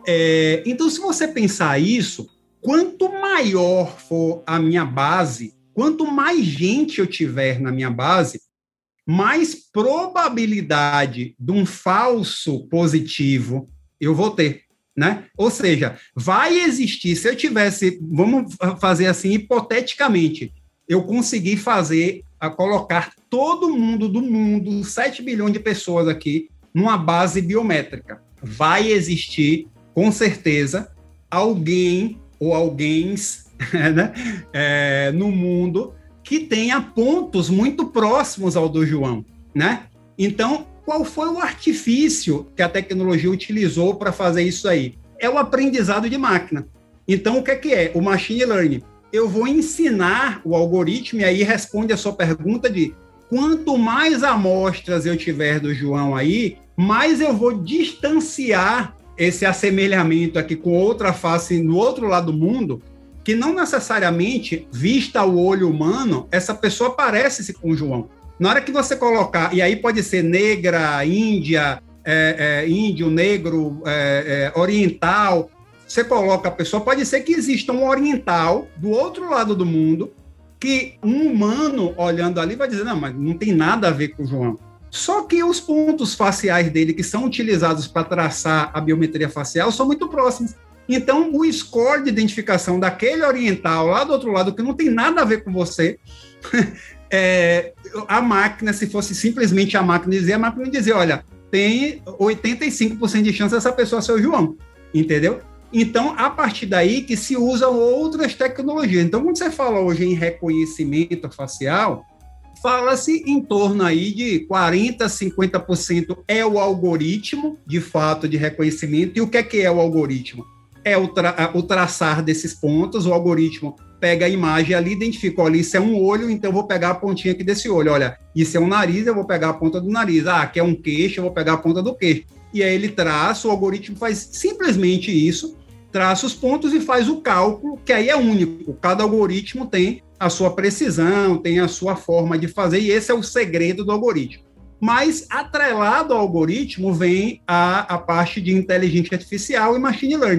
É, então, se você pensar isso, quanto maior for a minha base, quanto mais gente eu tiver na minha base, mais probabilidade de um falso positivo eu vou ter, né? Ou seja, vai existir, se eu tivesse, vamos fazer assim, hipoteticamente, eu conseguir fazer, a colocar todo mundo do mundo, sete bilhões de pessoas aqui, numa base biométrica. Vai existir, com certeza, alguém ou alguém né, é, no mundo que tenha pontos muito próximos ao do João, né? Então, qual foi o artifício que a tecnologia utilizou para fazer isso aí? É o aprendizado de máquina. Então, o que é que é? O machine learning. Eu vou ensinar o algoritmo, e aí responde a sua pergunta de quanto mais amostras eu tiver do João aí, mais eu vou distanciar esse assemelhamento aqui com outra face no outro lado do mundo, que não necessariamente, vista ao olho humano, essa pessoa parece-se com o João. Na hora que você colocar, e aí pode ser negra, índia, é, é, índio, negro, é, é, oriental, você coloca a pessoa, pode ser que exista um oriental do outro lado do mundo, que um humano olhando ali vai dizer, não, mas não tem nada a ver com o João. Só que os pontos faciais dele, que são utilizados para traçar a biometria facial, são muito próximos. Então, o score de identificação daquele oriental lá do outro lado, que não tem nada a ver com você, é, a máquina, se fosse simplesmente a máquina dizer, a máquina dizer, olha, tem oitenta e cinco por cento de chance dessa pessoa ser o João, entendeu? Então, a partir daí que se usam outras tecnologias. Então, quando você fala hoje em reconhecimento facial, fala-se em torno aí de quarenta por cento, cinquenta por cento é o algoritmo, de fato, de reconhecimento. E o que é que é o algoritmo? É o, tra- o traçar desses pontos. O algoritmo pega a imagem ali, identifica, olha, isso é um olho, então eu vou pegar a pontinha aqui desse olho. Olha, isso é um nariz, eu vou pegar a ponta do nariz. Ah, aqui é um queixo, eu vou pegar a ponta do queixo. E aí ele traça, o algoritmo faz simplesmente isso, traça os pontos e faz o cálculo, que aí é único. Cada algoritmo tem a sua precisão, tem a sua forma de fazer, e esse é o segredo do algoritmo. Mas, atrelado ao algoritmo, vem a, a parte de inteligência artificial e machine learning.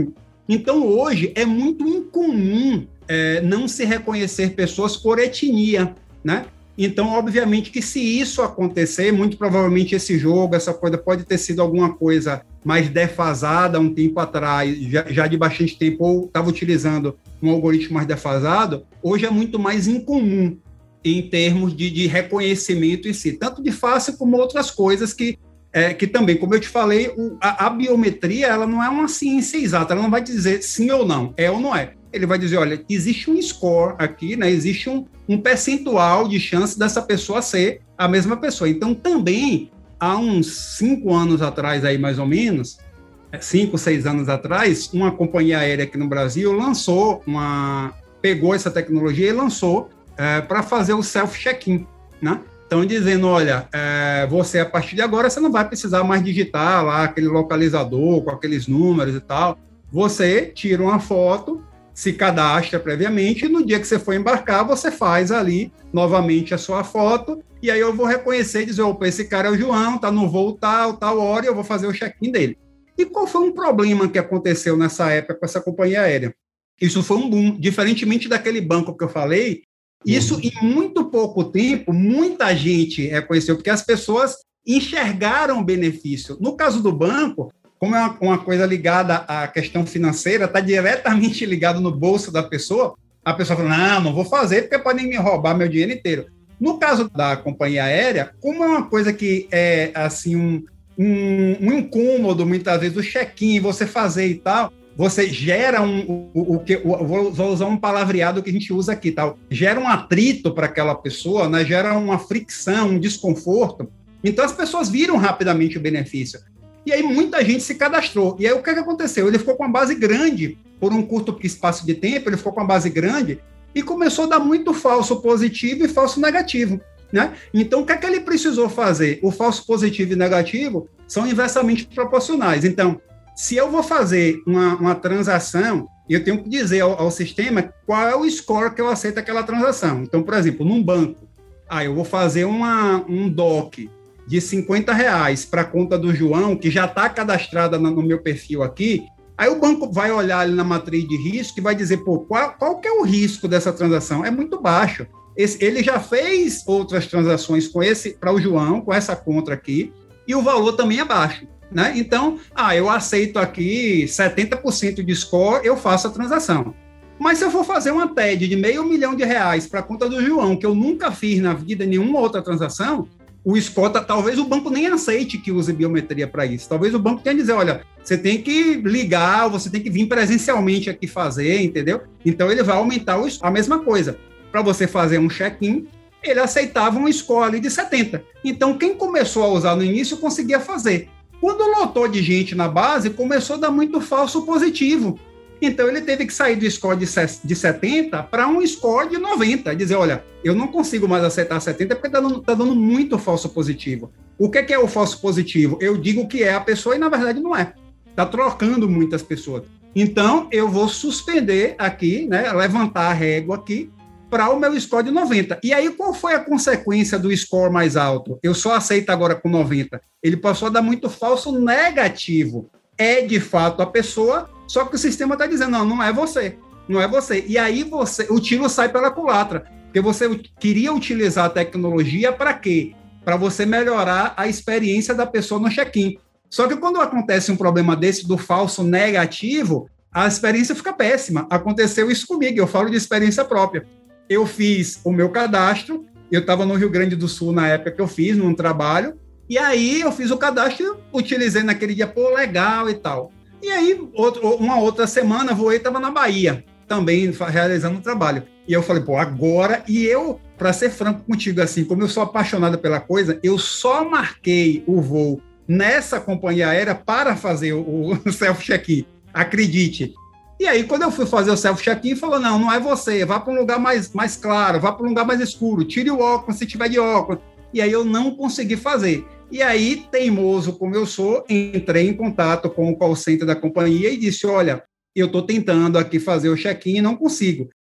Então, hoje, é muito incomum é, não se reconhecer pessoas por etnia, né? Então, obviamente que se isso acontecer, muito provavelmente esse jogo, essa coisa pode ter sido alguma coisa mais defasada um tempo atrás, já, já de bastante tempo, ou estava utilizando um algoritmo mais defasado, hoje é muito mais incomum em termos de, de reconhecimento em si, tanto de face como outras coisas que, é, que também, como eu te falei, o, a, a biometria ela não é uma ciência exata, ela não vai dizer sim ou não, é ou não é. Ele vai dizer, olha, existe um score aqui, né? Existe um, um percentual de chance dessa pessoa ser a mesma pessoa. Então, também, há uns cinco anos atrás, aí mais ou menos, cinco, seis anos atrás, uma companhia aérea aqui no Brasil lançou uma... pegou essa tecnologia e lançou é, para fazer o self-check-in, né? Então, dizendo, olha, é, você, a partir de agora, você não vai precisar mais digitar lá aquele localizador com aqueles números e tal. Você tira uma foto, se cadastra previamente, e no dia que você for embarcar, você faz ali novamente a sua foto, e aí eu vou reconhecer e dizer, opa, esse cara é o João, tá no voo tal, tal hora, e eu vou fazer o check-in dele. E qual foi um problema que aconteceu nessa época com essa companhia aérea? Isso foi um boom, diferentemente daquele banco que eu falei, isso em muito pouco tempo, muita gente reconheceu, porque as pessoas enxergaram o benefício. No caso do banco, como é uma, uma coisa ligada à questão financeira, está diretamente ligado no bolso da pessoa, a pessoa fala, não, não vou fazer porque podem me roubar meu dinheiro inteiro. No caso da companhia aérea, como é uma coisa que é assim um, um, um incômodo, muitas vezes, o check-in, você fazer e tal, você gera um, o, o que, vou, vou usar um palavreado que a gente usa aqui, tal, gera um atrito para aquela pessoa, né, gera uma fricção, um desconforto, então as pessoas viram rapidamente o benefício. E aí muita gente se cadastrou. E aí o que, é que aconteceu? Ele ficou com uma base grande, por um curto espaço de tempo, ele ficou com uma base grande e começou a dar muito falso positivo e falso negativo, né? Então, o que é que ele precisou fazer? O falso positivo e negativo são inversamente proporcionais. Então, se eu vou fazer uma, uma transação, eu tenho que dizer ao, ao sistema qual é o score que eu aceito aquela transação. Então, por exemplo, num banco, ah, eu vou fazer uma, um D O C de cinquenta reais para a conta do João, que já está cadastrada no meu perfil aqui, aí o banco vai olhar ali na matriz de risco e vai dizer, pô, qual, qual que é o risco dessa transação? É muito baixo. Esse, ele já fez outras transações com esse para o João, com essa conta aqui, e o valor também é baixo, né? Então, ah, eu aceito aqui setenta por cento de score, eu faço a transação. Mas se eu for fazer uma T E D de meio milhão de reais para a conta do João, que eu nunca fiz na vida nenhuma outra transação, o score, talvez o banco nem aceite que use biometria para isso. Talvez o banco tenha que dizer, olha, você tem que ligar, você tem que vir presencialmente aqui fazer, entendeu? Então, ele vai aumentar o, a mesma coisa. Para você fazer um check-in, ele aceitava um score ali de setenta. Então, quem começou a usar no início, conseguia fazer. Quando lotou de gente na base, começou a dar muito falso positivo. Então, ele teve que sair do score de setenta para um score de noventa. Dizer, olha, eu não consigo mais aceitar setenta porque está dando, tá dando muito falso positivo. O que é, que é o falso positivo? Eu digo que é a pessoa e, na verdade, não é. Está trocando muitas pessoas. Então, eu vou suspender aqui, né, levantar a régua aqui para o meu score de noventa. E aí, qual foi a consequência do score mais alto? Eu só aceito agora com noventa. Ele passou a dar muito falso negativo. É, de fato, a pessoa... Só que o sistema está dizendo, não, não é você, não é você. E aí você, o tiro sai pela culatra, porque você queria utilizar a tecnologia para quê? Para você melhorar a experiência da pessoa no check-in. Só que quando acontece um problema desse, do falso negativo, a experiência fica péssima. Aconteceu isso comigo, eu falo de experiência própria. Eu fiz o meu cadastro, eu estava no Rio Grande do Sul na época que eu fiz, num trabalho, e aí eu fiz o cadastro, utilizei naquele dia, pô, legal e tal. E aí, outro, uma outra semana, voei, estava na Bahia, também realizando um trabalho. E eu falei, pô, agora... E eu, para ser franco contigo, assim, como eu sou apaixonado pela coisa, eu só marquei o voo nessa companhia aérea para fazer o, o self-check-in, acredite. E aí, quando eu fui fazer o self-check-in, falou, não, não é você, vá para um lugar mais, mais claro, vá para um lugar mais escuro, tire o óculos se tiver de óculos. E aí, eu não consegui fazer. E aí, teimoso como eu sou, entrei em contato com o call center da companhia e disse, olha, eu estou tentando aqui fazer o check-in e não consigo.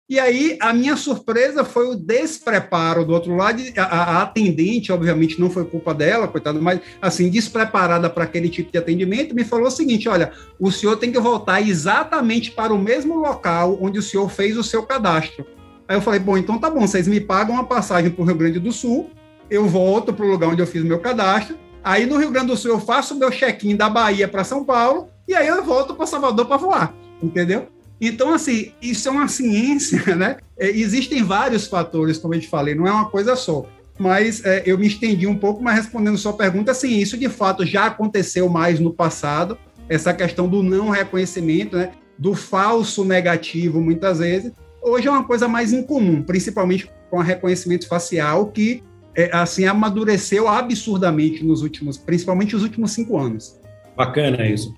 E aí, a minha surpresa foi o despreparo do outro lado. A, a atendente, obviamente, não foi culpa dela, coitada, mas, assim, despreparada para aquele tipo de atendimento, me falou o seguinte: olha, o senhor tem que voltar exatamente para o mesmo local onde o senhor fez o seu cadastro. Aí eu falei, bom, então tá bom, vocês me pagam uma passagem para o Rio Grande do Sul, eu volto para o lugar onde eu fiz o meu cadastro, aí no Rio Grande do Sul eu faço o meu check-in da Bahia para São Paulo, e aí eu volto para Salvador para voar, entendeu? Então, assim, isso é uma ciência, né? É, existem vários fatores, como eu te falei, não é uma coisa só. Mas é, eu me estendi um pouco, mas respondendo sua pergunta, sim, isso de fato já aconteceu mais no passado, essa questão do não reconhecimento, né? Do falso negativo, muitas vezes. Hoje é uma coisa mais incomum, principalmente com o reconhecimento facial, que é, assim, amadureceu absurdamente nos últimos, principalmente nos últimos cinco anos. Bacana isso.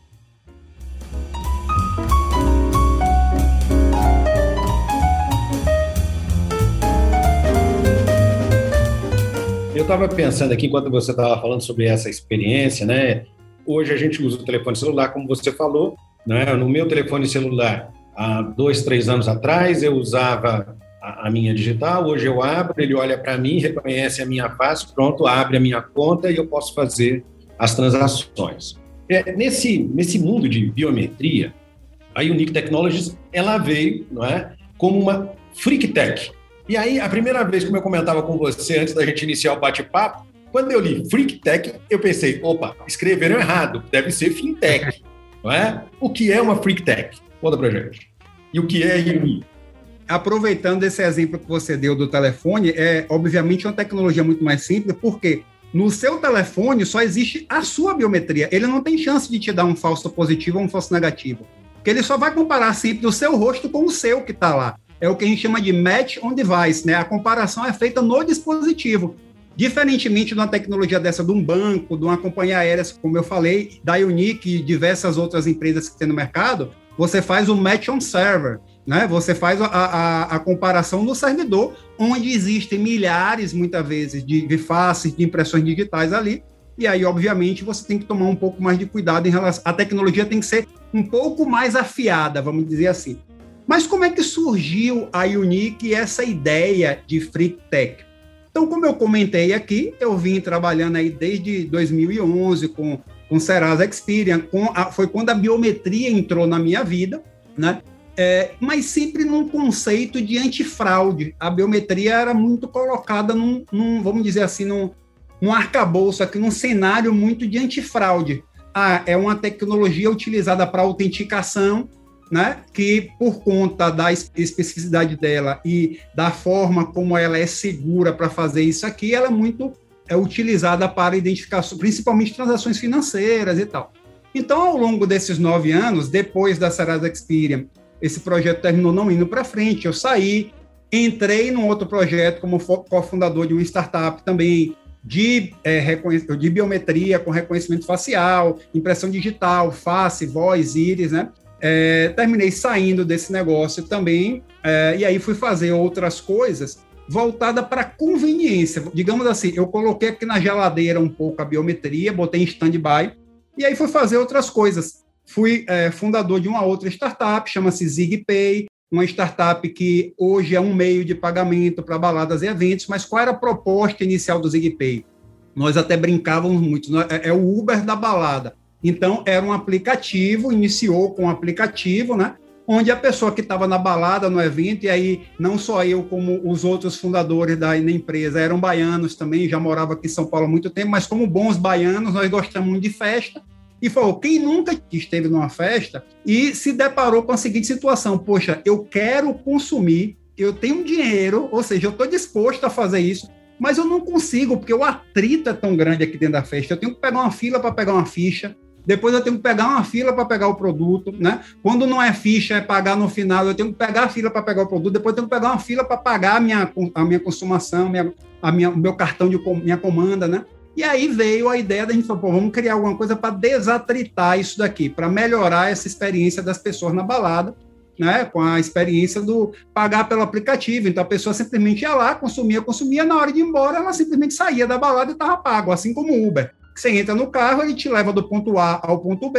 Eu estava pensando aqui, enquanto você estava falando sobre essa experiência, né? Hoje a gente usa o telefone celular, como você falou, né? No meu telefone celular, há dois, três anos atrás, eu usava a, a minha digital, hoje eu abro, ele olha para mim, reconhece a minha face, pronto, abre a minha conta e eu posso fazer as transações. É, nesse, nesse mundo de biometria, a Unique Technologies, ela veio, não é, como uma freak tech. E aí, a primeira vez, como eu comentava com você antes da gente iniciar o bate-papo, quando eu li Freak Tech, eu pensei, opa, escreveram errado, deve ser fintech, não é? O que é uma Freak Tech? Conta pra gente. E o que é Unique? Aproveitando esse exemplo que você deu do telefone, é obviamente uma tecnologia muito mais simples, porque no seu telefone só existe a sua biometria. Ele não tem chance de te dar um falso positivo ou um falso negativo, porque ele só vai comparar sempre o seu rosto com o seu que está lá. É o que a gente chama de match on device, né? A comparação é feita no dispositivo. Diferentemente de uma tecnologia dessa de um banco, de uma companhia aérea, como eu falei, da Unique e diversas outras empresas que tem no mercado, você faz o match on server, né? Você faz a, a, a comparação no servidor, onde existem milhares, muitas vezes, de, de faces, de impressões digitais ali, e aí, obviamente, você tem que tomar um pouco mais de cuidado em relação... A tecnologia tem que ser um pouco mais afiada, vamos dizer assim. Mas como é que surgiu a Unique e essa ideia de Freak Tech? Então, como eu comentei aqui, eu vim trabalhando aí desde dois mil e onze com, com Serasa Experian, com a, foi quando a biometria entrou na minha vida, né? É, mas sempre num conceito de antifraude. A biometria era muito colocada num, num vamos dizer assim, num, num arcabouço aqui, num cenário muito de antifraude. Ah, é uma tecnologia utilizada para autenticação, né, que por conta da especificidade dela e da forma como ela é segura para fazer isso aqui, ela é muito é, utilizada para identificação, principalmente transações financeiras e tal. Então, ao longo desses nove anos, depois da Serasa Experian, esse projeto terminou não indo para frente, eu saí, entrei num outro projeto como cofundador de uma startup também de, é, de biometria com reconhecimento facial, impressão digital, face, voz, íris, né? É, terminei saindo desse negócio também, é, e aí fui fazer outras coisas voltadas para conveniência. Digamos assim, eu coloquei aqui na geladeira um pouco a biometria, botei em stand-by, e aí fui fazer outras coisas. Fui é, fundador de uma outra startup, chama-se ZigPay, uma startup que hoje é um meio de pagamento para baladas e eventos, mas qual era a proposta inicial do ZigPay? Nós até brincávamos muito, é o Uber da balada. Então, era um aplicativo, iniciou com um aplicativo, né? Onde a pessoa que estava na balada, no evento, e aí não só eu, como os outros fundadores da, da empresa, eram baianos também, já morava aqui em São Paulo há muito tempo, mas como bons baianos, nós gostamos muito de festa, e falou, quem nunca esteve numa festa e se deparou com a seguinte situação, poxa, eu quero consumir, eu tenho dinheiro, ou seja, eu estou disposto a fazer isso, mas eu não consigo, porque o atrito é tão grande aqui dentro da festa, eu tenho que pegar uma fila para pegar uma ficha, depois eu tenho que pegar uma fila para pegar o produto, né? Quando não é ficha, é pagar no final, eu tenho que pegar a fila para pegar o produto, depois eu tenho que pegar uma fila para pagar a minha, a minha consumação, minha, a minha, o meu cartão de minha comanda, né? E aí veio a ideia da gente falar, pô, vamos criar alguma coisa para desatritar isso daqui, para melhorar essa experiência das pessoas na balada, né? Com a experiência do pagar pelo aplicativo. Então a pessoa simplesmente ia lá, consumia, consumia, na hora de ir embora, ela simplesmente saía da balada e estava pago, assim como o Uber. Você entra no carro, ele te leva do ponto A ao ponto B,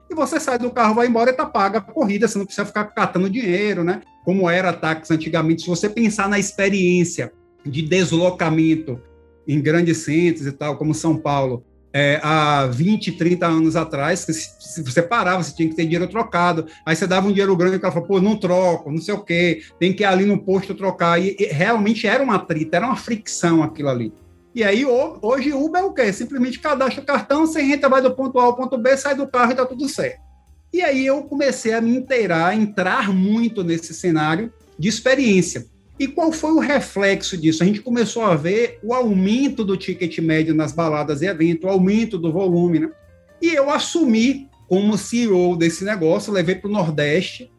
e você sai do carro, vai embora e tá paga a corrida, você não precisa ficar catando dinheiro, né? Como era táxi antigamente. Se você pensar na experiência de deslocamento em grandes centros e tal, como São Paulo, é, há vinte, trinta anos atrás, se você parava, você tinha que ter dinheiro trocado, aí você dava um dinheiro grande e o cara falava, pô, não troco, não sei o quê, tem que ir ali no posto trocar, e, e realmente era uma treta, era uma fricção aquilo ali. E aí, hoje, Uber é o quê? Simplesmente cadastra o cartão, você entra, vai do ponto A ao ponto B, sai do carro e tá tudo certo. E aí eu comecei a me inteirar, entrar muito nesse cenário de experiência. E qual foi o reflexo disso? A gente começou a ver o aumento do ticket médio nas baladas e eventos, o aumento do volume, né? E eu assumi como C E O desse negócio, levei para o Nordeste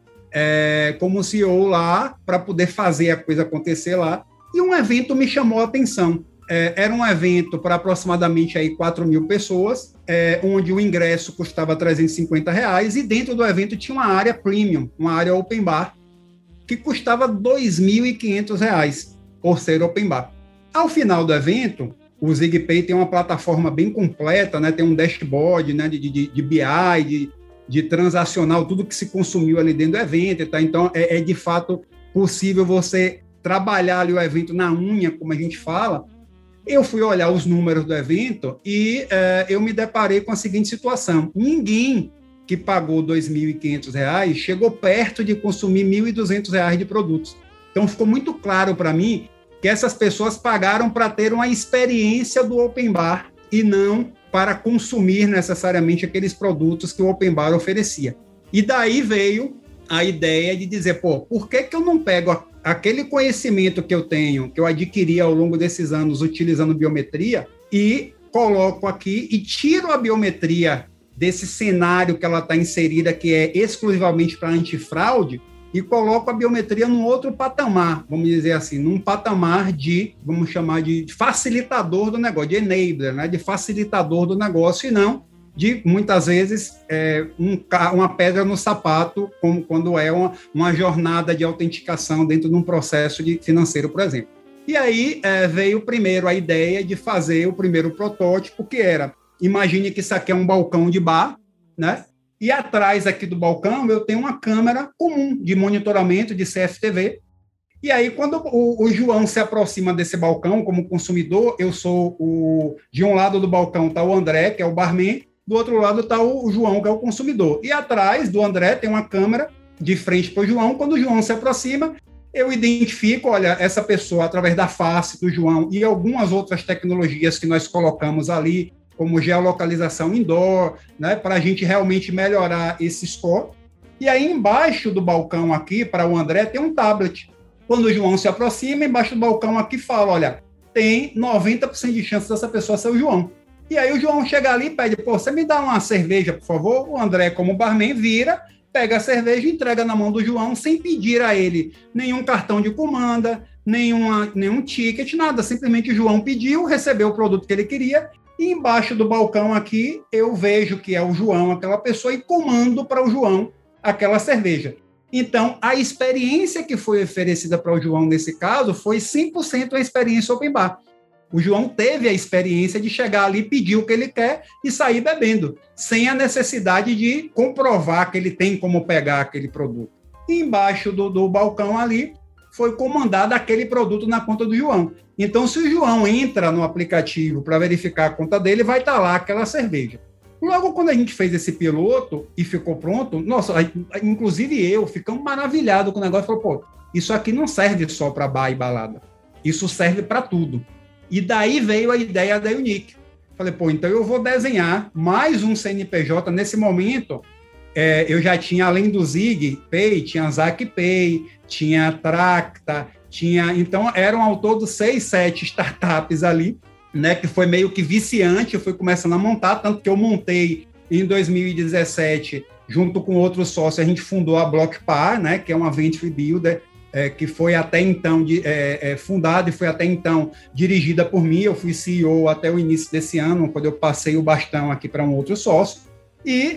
é, como C E O lá, para poder fazer a coisa acontecer lá. E um evento me chamou a atenção. É, era um evento para aproximadamente aí quatro mil pessoas, é, onde o ingresso custava trezentos e cinquenta reais, e dentro do evento tinha uma área premium, uma área open bar, que custava dois mil e quinhentos reais por ser open bar. Ao final do evento, o ZigPay tem uma plataforma bem completa, né? Tem um dashboard, né? de, de, de B I, de, de transacional, tudo que se consumiu ali dentro do evento. Tá? Então, é, é de fato possível você trabalhar ali o evento na unha, como a gente fala. Eu fui olhar os números do evento e é, eu me deparei com a seguinte situação. Ninguém que pagou dois mil e quinhentos reais chegou perto de consumir mil e duzentos reais de produtos. Então, ficou muito claro para mim que essas pessoas pagaram para ter uma experiência do open bar e não para consumir necessariamente aqueles produtos que o open bar oferecia. E daí veio a ideia de dizer, pô, por que que eu não pego a, aquele conhecimento que eu tenho, que eu adquiri ao longo desses anos utilizando biometria, e coloco aqui e tiro a biometria desse cenário que ela está inserida, que é exclusivamente para antifraude, e coloco a biometria num outro patamar, vamos dizer assim, num patamar de, vamos chamar de facilitador do negócio, de enabler, né, de facilitador do negócio, e não de, muitas vezes, é, um, uma pedra no sapato, como quando é uma, uma jornada de autenticação dentro de um processo de financeiro, por exemplo. E aí é, veio primeiro a ideia de fazer o primeiro protótipo, que era, imagine que isso aqui é um balcão de bar, né? E atrás aqui do balcão eu tenho uma câmera comum de monitoramento de C F T V. E aí, quando o, o João se aproxima desse balcão como consumidor, eu sou o... De um lado do balcão está o André, que é o barman, do outro lado está o, o João, que é o consumidor. E atrás do André tem uma câmera de frente para o João. Quando o João se aproxima, eu identifico, olha, essa pessoa através da face do João e algumas outras tecnologias que nós colocamos ali, como geolocalização indoor, né, para a gente realmente melhorar esse score. E aí, embaixo do balcão aqui, para o André, tem um tablet. Quando o João se aproxima, embaixo do balcão aqui fala, olha, tem noventa por cento de chance dessa pessoa ser o João. E aí o João chega ali e pede, pô, você me dá uma cerveja, por favor? O André, como barman, vira, pega a cerveja e entrega na mão do João, sem pedir a ele nenhum cartão de comanda, nenhuma, nenhum ticket, nada. Simplesmente o João pediu, recebeu o produto que ele queria. E embaixo do balcão aqui, eu vejo que é o João, aquela pessoa, e comando para o João aquela cerveja. Então, a experiência que foi oferecida para o João nesse caso foi cem por cento a experiência open bar. O João teve a experiência de chegar ali, pedir o que ele quer e sair bebendo, sem a necessidade de comprovar que ele tem como pegar aquele produto. E embaixo do, do balcão ali, foi comandado aquele produto na conta do João. Então, se o João entra no aplicativo para verificar a conta dele, vai estar lá aquela cerveja. Logo, quando a gente fez esse piloto e ficou pronto, nossa, inclusive eu, ficamos maravilhados com o negócio. Falei, pô, isso aqui não serve só para bar e balada. Isso serve para tudo. E daí veio a ideia da Unique. Falei, pô, então eu vou desenhar mais um C N P J. Nesse momento, é, eu já tinha, além do ZigPay, tinha ZacPay, tinha Tracta, tinha... Então, eram ao todo seis, sete startups ali, né, que foi meio que viciante, eu fui começando a montar, tanto que eu montei em dois mil e dezessete, junto com outros sócios, a gente fundou a BlockPar, né, que é uma venture builder, é, que foi até então de, é, é, fundada e foi até então dirigida por mim. Eu fui C E O até o início desse ano, quando eu passei o bastão aqui para um outro sócio. E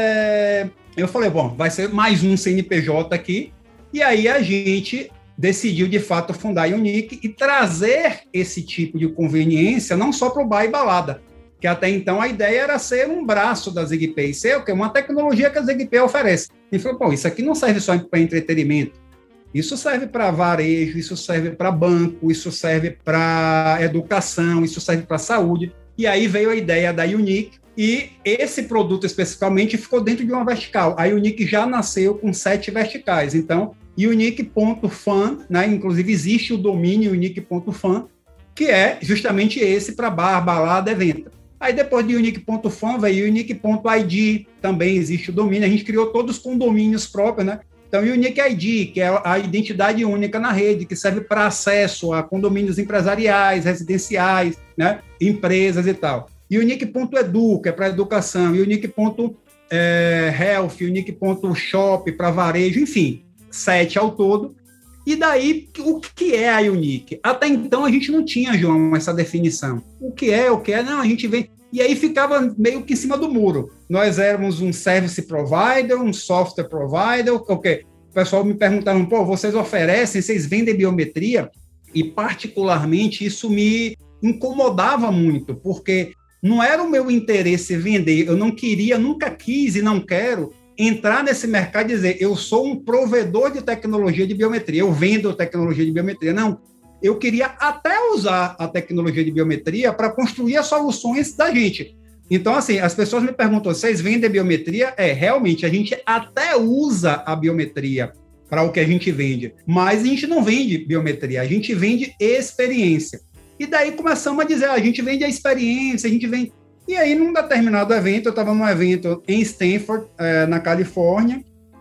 é, eu falei, bom, vai ser mais um C N P J aqui. E aí a gente decidiu, de fato, fundar a Unique e trazer esse tipo de conveniência não só para o bar e balada, que até então a ideia era ser um braço da ZigPay, ser o quê? Uma tecnologia que a ZigPay oferece. E falou, pô, isso aqui não serve só para entretenimento, isso serve para varejo, isso serve para banco, isso serve para educação, isso serve para saúde. E aí veio a ideia da Unique, e esse produto especificamente ficou dentro de uma vertical. A Unique já nasceu com sete verticais. Então, unique ponto fan, né? Inclusive existe o domínio unique ponto fan, que é justamente esse para bar, balada, evento. Aí depois de unique ponto fan veio unique ponto I D, também existe o domínio. A gente criou todos com domínios próprios, né? Então, Unique I D, que é a identidade única na rede, que serve para acesso a condomínios empresariais, residenciais, né? Empresas e tal. unique ponto edu, que é para educação, unique ponto health, unique ponto shop para varejo, enfim, sete ao todo. E daí, o que é a Unique? Até então, a gente não tinha, João, essa definição. O que é, o que é? Não, a gente vem... E aí ficava meio que em cima do muro. Nós éramos um service provider, um software provider, ok. O pessoal me perguntava, pô, vocês oferecem, vocês vendem biometria? E, particularmente, isso me incomodava muito, porque não era o meu interesse vender, eu não queria, nunca quis e não quero entrar nesse mercado e dizer, eu sou um provedor de tecnologia de biometria, eu vendo tecnologia de biometria. Não, eu queria até usar a tecnologia de biometria para construir as soluções da gente. Então, assim, as pessoas me perguntam, vocês vendem biometria? É, realmente, a gente até usa a biometria para o que a gente vende, mas a gente não vende biometria, a gente vende experiência. E daí começamos a dizer, ah, a gente vende a experiência, a gente vende... E aí, num determinado evento, eu estava num evento em Stanford, é, na Califórnia,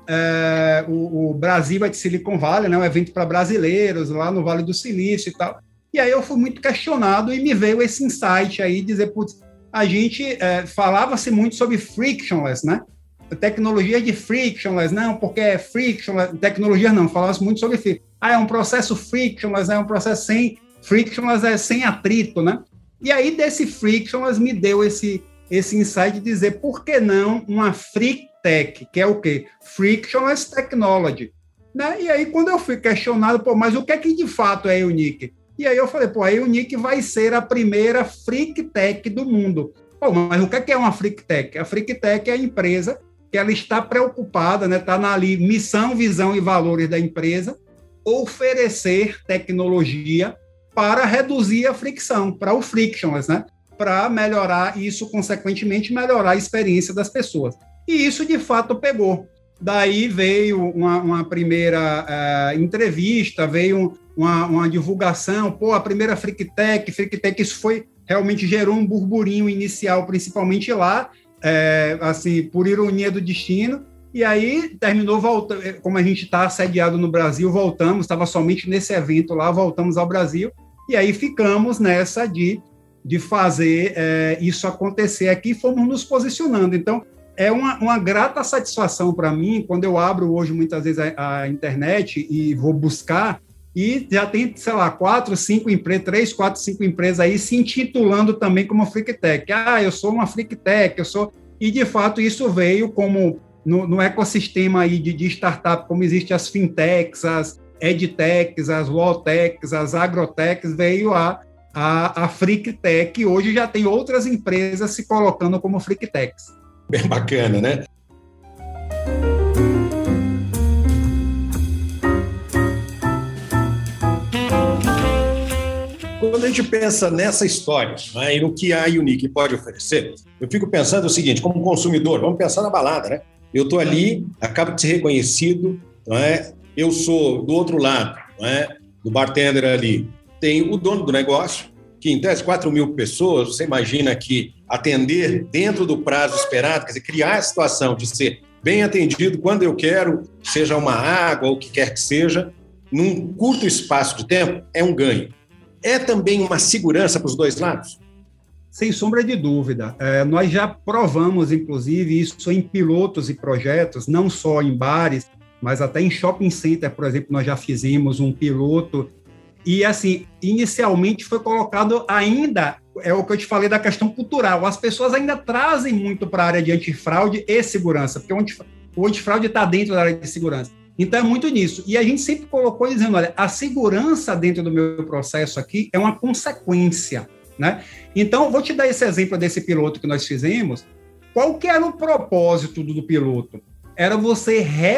é, o, o Brasil é de Silicon Valley, né, um evento para brasileiros, lá no Vale do Silício e tal. E aí eu fui muito questionado e me veio esse insight aí, dizer, putz, a gente é, falava-se muito sobre frictionless, né? Tecnologia de frictionless, não, porque é frictionless, tecnologia não, falava-se muito sobre frictionless. Ah, é um processo frictionless, é um processo sem, frictionless é sem atrito, né? E aí, desse frictionless, me deu esse, esse insight de dizer, por que não uma FreakTech, que é o quê? Frictionless Technology. Né? E aí, quando eu fui questionado, pô, mas o que é que de fato é a Unique? E aí eu falei, pô, a Unique vai ser a primeira FreakTech do mundo. Pô, mas o que é que é uma FreakTech? A FreakTech é a empresa que ela está preocupada, né? Está na ali, missão, visão e valores da empresa, oferecer tecnologia para reduzir a fricção, para o frictionless, né? Para melhorar isso, consequentemente, melhorar a experiência das pessoas. E isso, de fato, pegou. Daí veio uma, uma primeira uh, entrevista, veio uma, uma divulgação, pô, a primeira FreakTech, FreakTech, isso foi, realmente gerou um burburinho inicial, principalmente lá, é, assim, por ironia do destino, e aí terminou, volta, como a gente está assediado no Brasil, voltamos, estava somente nesse evento lá, voltamos ao Brasil, e aí ficamos nessa de, de fazer é, isso acontecer aqui, e fomos nos posicionando. Então, é uma, uma grata satisfação para mim, quando eu abro hoje, muitas vezes, a, a internet e vou buscar, e já tem, sei lá, quatro, cinco empresas, três, quatro, cinco empresas aí se intitulando também como FreakTech. Ah, eu sou uma FreakTech, eu sou... E, de fato, isso veio como, no, no ecossistema aí de, de startup, como existem as fintechs, as edtechs, as walltechs, as agrotechs, veio a, a, a FreakTech, e hoje já tem outras empresas se colocando como FreakTechs. Bem bacana, né? Quando a gente pensa nessa história, né, e no que a Unique pode oferecer, eu fico pensando o seguinte, como consumidor, vamos pensar na balada, né? Eu estou ali, acabo de ser reconhecido, não é? Eu sou do outro lado, não é? Do bartender ali. Tem o dono do negócio, que em tese quatro mil pessoas, você imagina que atender dentro do prazo esperado, quer dizer, criar a situação de ser bem atendido quando eu quero, seja uma água ou o que quer que seja, num curto espaço de tempo, é um ganho. É também uma segurança para os dois lados? Sem sombra de dúvida. É, nós já provamos, inclusive, isso em pilotos e projetos, não só em bares, mas até em shopping center, por exemplo, nós já fizemos um piloto. E, assim, inicialmente foi colocado ainda, é o que eu te falei da questão cultural, as pessoas ainda trazem muito para a área de antifraude e segurança, porque o antifraude está dentro da área de segurança. Então, é muito nisso. E a gente sempre colocou dizendo, olha, a segurança dentro do meu processo aqui é uma consequência. né? Então, vou te dar esse exemplo desse piloto que nós fizemos. Qual que era o propósito do, do piloto? Era você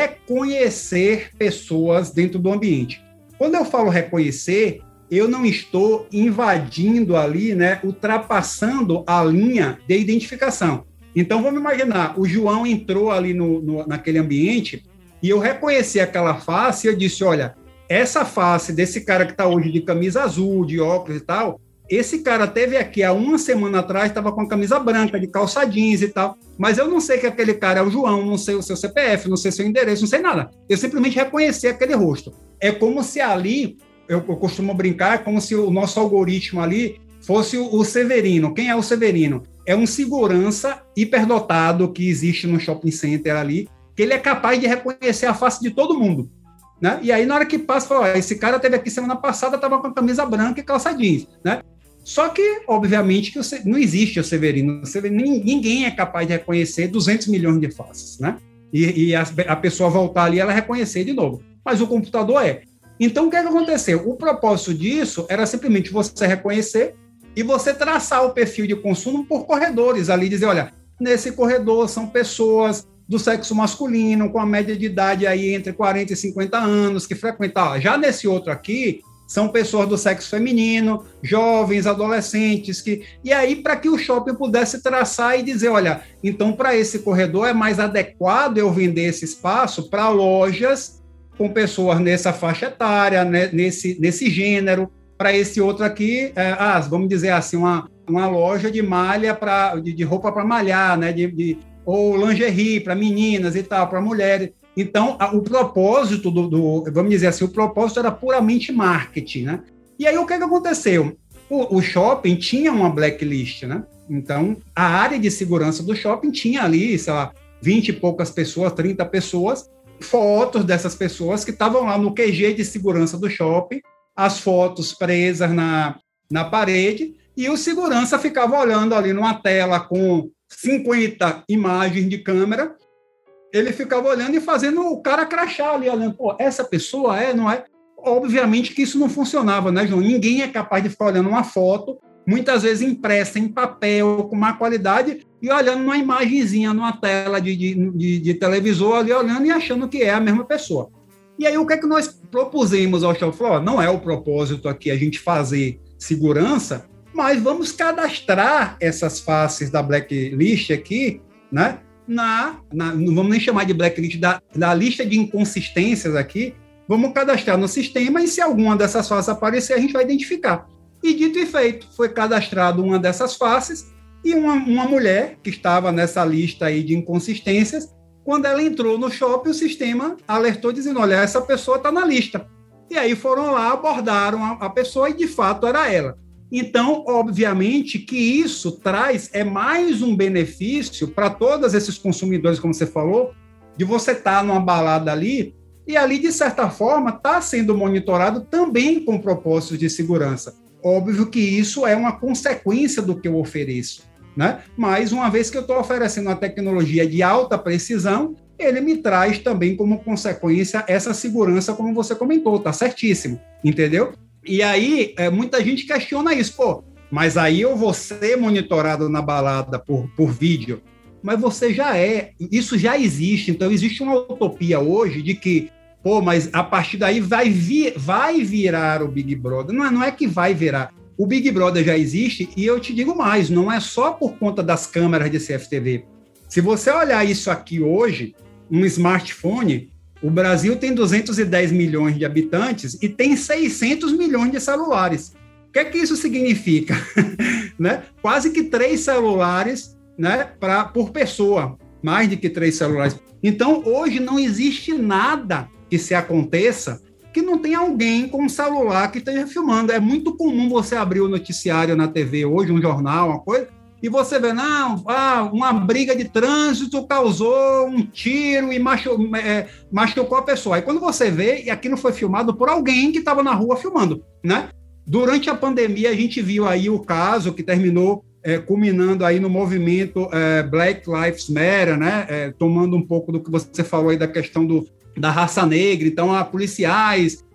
reconhecer pessoas dentro do ambiente. Quando eu falo reconhecer, eu não estou invadindo ali, né, ultrapassando a linha de identificação. Então, vamos imaginar, o João entrou ali no, no, naquele ambiente e eu reconheci aquela face e eu disse, olha, essa face desse cara que está hoje de camisa azul, de óculos e tal, esse cara teve aqui há uma semana atrás, estava com a camisa branca, de calça jeans e tal, mas eu não sei que aquele cara é o João, não sei o seu C P F, não sei o seu endereço, não sei nada. Eu simplesmente reconheci aquele rosto. É como se ali, eu, eu costumo brincar, é como se o nosso algoritmo ali fosse o, o Severino. Quem é o Severino? É um segurança hiperdotado que existe no shopping center ali, que ele é capaz de reconhecer a face de todo mundo. Né? E aí, na hora que passa, fala, ó, esse cara teve aqui semana passada, estava com a camisa branca e calça jeans, né? Só que, obviamente, que não existe o Severino. O Severino. Ninguém é capaz de reconhecer duzentos milhões de faces, né? E, e a, a pessoa voltar ali, ela reconhecer de novo. Mas o computador é. Então, o que é que aconteceu? O propósito disso era simplesmente você reconhecer e você traçar o perfil de consumo por corredores ali, dizer, olha, nesse corredor são pessoas do sexo masculino, com a média de idade aí entre quarenta e cinquenta anos, que frequentam. Já nesse outro aqui, são pessoas do sexo feminino, jovens, adolescentes, que... e aí para que o shopping pudesse traçar e dizer, olha, então para esse corredor é mais adequado eu vender esse espaço para lojas com pessoas nessa faixa etária, né, nesse, nesse gênero, para esse outro aqui, é, ah, vamos dizer assim, uma, uma loja de malha, pra, de, de roupa para malhar, né, de, de, ou lingerie para meninas e tal, para mulheres. Então, a, o propósito do, do, vamos dizer assim, o propósito era puramente marketing, né? E aí, o que, que aconteceu? O, o shopping tinha uma blacklist, né? Então, a área de segurança do shopping tinha ali, sei lá, vinte e poucas pessoas, trinta pessoas, fotos dessas pessoas que estavam lá no Q G de segurança do shopping, as fotos presas na, na parede, e o segurança ficava olhando ali numa tela com cinquenta imagens de câmera, ele ficava olhando e fazendo o cara crachar ali, olhando, pô, essa pessoa é, não é? Obviamente que isso não funcionava, né, João? Ninguém é capaz de ficar olhando uma foto, muitas vezes impressa em papel, com má qualidade, e olhando uma imagenzinha numa tela de, de, de, de televisor ali, olhando e achando que é a mesma pessoa. E aí, o que é que nós propusemos ao shopping? Falou, não é o propósito aqui a gente fazer segurança, mas vamos cadastrar essas faces da blacklist aqui, né? Na, na, não vamos nem chamar de blacklist, da, da lista de inconsistências aqui, vamos cadastrar no sistema e se alguma dessas faces aparecer, a gente vai identificar. E dito e feito, foi cadastrado uma dessas faces e uma, uma mulher que estava nessa lista aí de inconsistências, quando ela entrou no shopping, o sistema alertou dizendo, olha, essa pessoa está na lista. E aí foram lá, abordaram a, a pessoa e de fato era ela. Então, obviamente, que isso traz é mais um benefício para todos esses consumidores, como você falou, de você estar numa balada ali, e ali, de certa forma, está sendo monitorado também com propósitos de segurança. Óbvio que isso é uma consequência do que eu ofereço, né? Mas, uma vez que eu estou oferecendo uma tecnologia de alta precisão, ele me traz também como consequência essa segurança, como você comentou, está certíssimo, entendeu? E aí, é, muita gente questiona isso, pô, mas aí eu vou ser monitorado na balada por, por vídeo, mas você já é, isso já existe, então existe uma utopia hoje de que, pô, mas a partir daí vai, vir, vai virar o Big Brother, não é, não é que vai virar, o Big Brother já existe e eu te digo mais, não é só por conta das câmeras de C F T V, se você olhar isso aqui hoje, um smartphone, o Brasil tem duzentos e dez milhões de habitantes e tem seiscentos milhões de celulares. O que é que isso significa? Né? Quase que três celulares, né, pra, por pessoa, mais de que três celulares. Então, hoje não existe nada que se aconteça que não tenha alguém com um celular que esteja filmando. É muito comum você abrir o noticiário na T V hoje, um jornal, uma coisa, e você vê, não, ah, uma briga de trânsito causou um tiro e machu, é, machucou a pessoa. Aí quando você vê, e aquilo foi filmado por alguém que estava na rua filmando, né? Durante a pandemia, a gente viu aí o caso que terminou é, culminando aí no movimento é, Black Lives Matter, né? É, tomando um pouco do que você falou aí da questão do, da raça negra. Então, há policiais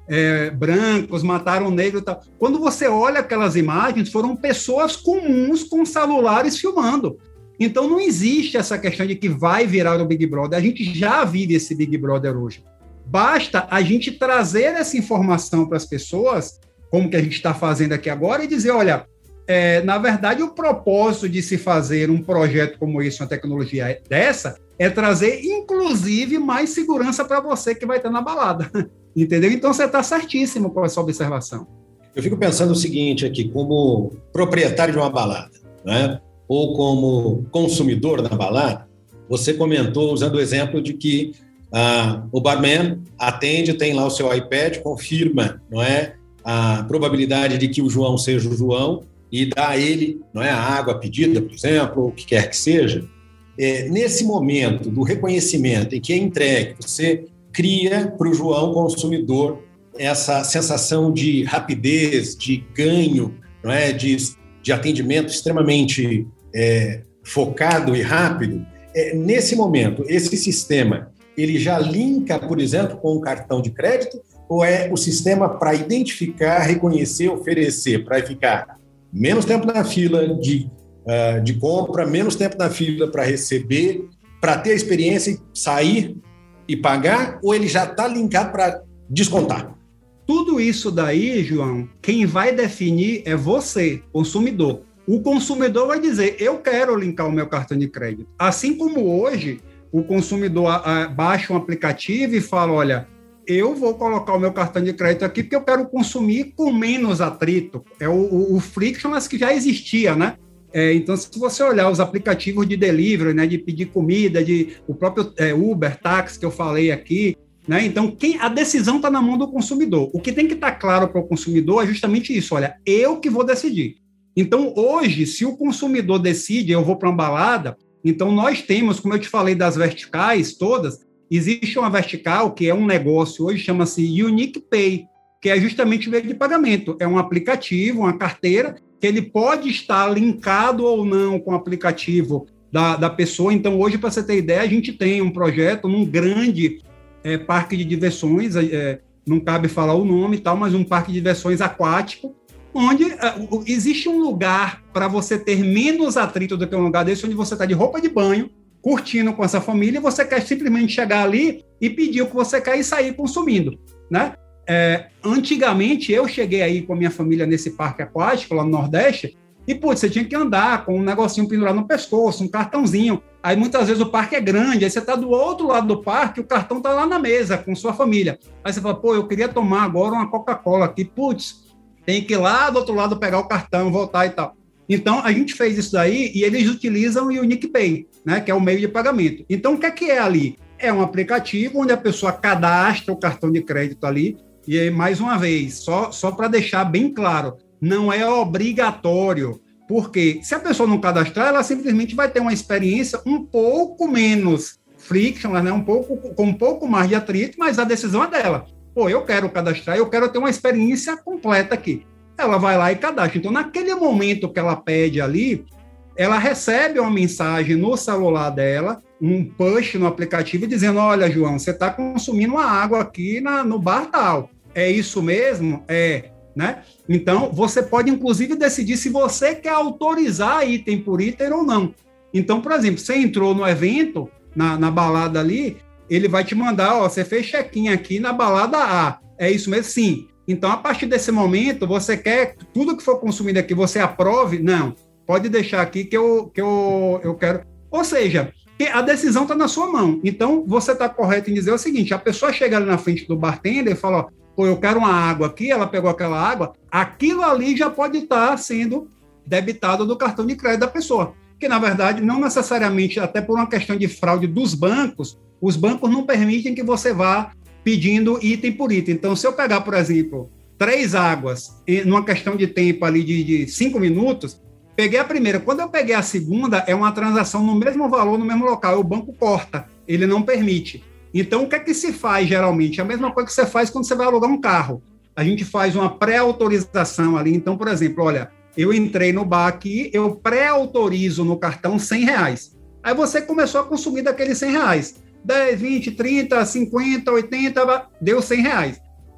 é, brancos, mataram negros e tal. Quando você olha aquelas imagens, foram pessoas comuns com celulares filmando. Então, não existe essa questão de que vai virar o Big Brother. A gente já vive esse Big Brother hoje. Basta a gente trazer essa informação para as pessoas, como que a gente está fazendo aqui agora, e dizer, olha, é, na verdade, o propósito de se fazer um projeto como esse, uma tecnologia dessa, é trazer, inclusive, mais segurança para você que vai estar na balada. Entendeu? Então, você está certíssimo com essa observação. Eu fico pensando o seguinte aqui, como proprietário de uma balada, né? Ou como consumidor da balada, você comentou, usando o exemplo de que ah, o barman atende, tem lá o seu iPad, confirma, não é, a probabilidade de que o João seja o João e dá a ele, não é, a água pedida, por exemplo, ou o que quer que seja. É, nesse momento do reconhecimento em que é entregue, você cria para o João consumidor essa sensação de rapidez, de ganho, não é, de, de atendimento extremamente é, focado e rápido. É, nesse momento, esse sistema, ele já linka, por exemplo, com o cartão de crédito, ou é o sistema para identificar, reconhecer, oferecer, para ficar menos tempo na fila de, uh, de compra, menos tempo na fila para receber, para ter a experiência e sair e pagar, ou ele já está linkado para descontar? Tudo isso daí, João, quem vai definir é você, consumidor. O consumidor vai dizer, eu quero linkar o meu cartão de crédito. Assim como hoje, o consumidor a, a, baixa um aplicativo e fala, olha, eu vou colocar o meu cartão de crédito aqui porque eu quero consumir com menos atrito. É o, o, o frictionless que já existia, né? É, então, se você olhar os aplicativos de delivery, né, de pedir comida, de, o próprio é, Uber, táxi que eu falei aqui, né? Então, quem, a decisão está na mão do consumidor. O que tem que estar tá claro para o consumidor é justamente isso, olha, eu que vou decidir. Então, hoje, se o consumidor decide, eu vou para uma balada, então nós temos, como eu te falei das verticais todas, existe uma vertical que é um negócio, hoje chama-se Unique Pay, que é justamente o meio de pagamento. É um aplicativo, uma carteira, que ele pode estar linkado ou não com o aplicativo da, da pessoa. Então, hoje, para você ter ideia, a gente tem um projeto num grande é, parque de diversões, é, não cabe falar o nome e tal, mas um parque de diversões aquático, onde uh, existe um lugar para você ter menos atrito do que um lugar desse, onde você está de roupa de banho, curtindo com essa família, e você quer simplesmente chegar ali e pedir o que você quer e sair consumindo, né? É, antigamente, eu cheguei aí com a minha família nesse parque aquático, lá no Nordeste, e, putz, você tinha que andar com um negocinho pendurado no pescoço, um cartãozinho. Aí, muitas vezes, o parque é grande, aí você está do outro lado do parque, o cartão está lá na mesa com sua família. Aí você fala, pô, eu queria tomar agora uma Coca-Cola aqui, putz, tem que ir lá do outro lado pegar o cartão, voltar e tal. Então, a gente fez isso daí e eles utilizam o Unique Pay, né, que é o meio de pagamento. Então, o que é que é ali? É um aplicativo onde a pessoa cadastra o cartão de crédito ali e, aí, mais uma vez, só, só para deixar bem claro, não é obrigatório, porque se a pessoa não cadastrar, ela simplesmente vai ter uma experiência um pouco menos frictionless, né, um pouco, com um pouco mais de atrito, mas a decisão é dela. Pô, eu quero cadastrar, eu quero ter uma experiência completa aqui. Ela vai lá e cadastra. Então, naquele momento que ela pede ali, ela recebe uma mensagem no celular dela, um push no aplicativo, dizendo, olha, João, você está consumindo uma água aqui na, no bar tal. É isso mesmo? É, né? Então, você pode, inclusive, decidir se você quer autorizar item por item ou não. Então, por exemplo, você entrou no evento, na, na balada ali, ele vai te mandar, ó, você fez check-in aqui na balada A. É isso mesmo? Sim. Então, a partir desse momento, você quer tudo que for consumido aqui, você aprove? Não. Pode deixar aqui que eu, que eu, eu quero. Ou seja, a decisão está na sua mão. Então, você está correto em dizer o seguinte, a pessoa chega ali na frente do bartender e fala, ó, pô, eu quero uma água aqui, ela pegou aquela água, aquilo ali já pode estar sendo debitado do cartão de crédito da pessoa. Que, na verdade, não necessariamente, até por uma questão de fraude dos bancos, os bancos não permitem que você vá pedindo item por item. Então, se eu pegar, por exemplo, três águas, numa questão de tempo ali de, de cinco minutos, peguei a primeira. Quando eu peguei a segunda, é uma transação no mesmo valor, no mesmo local. O banco corta, ele não permite. Então, o que é que se faz, geralmente? É a mesma coisa que você faz quando você vai alugar um carro. A gente faz uma pré-autorização ali. Então, por exemplo, olha, eu entrei no bar aqui, eu pré-autorizo no cartão cem reais. Aí você começou a consumir daqueles cem reais. dez, vinte, trinta, cinquenta, oitenta, deu cem reais.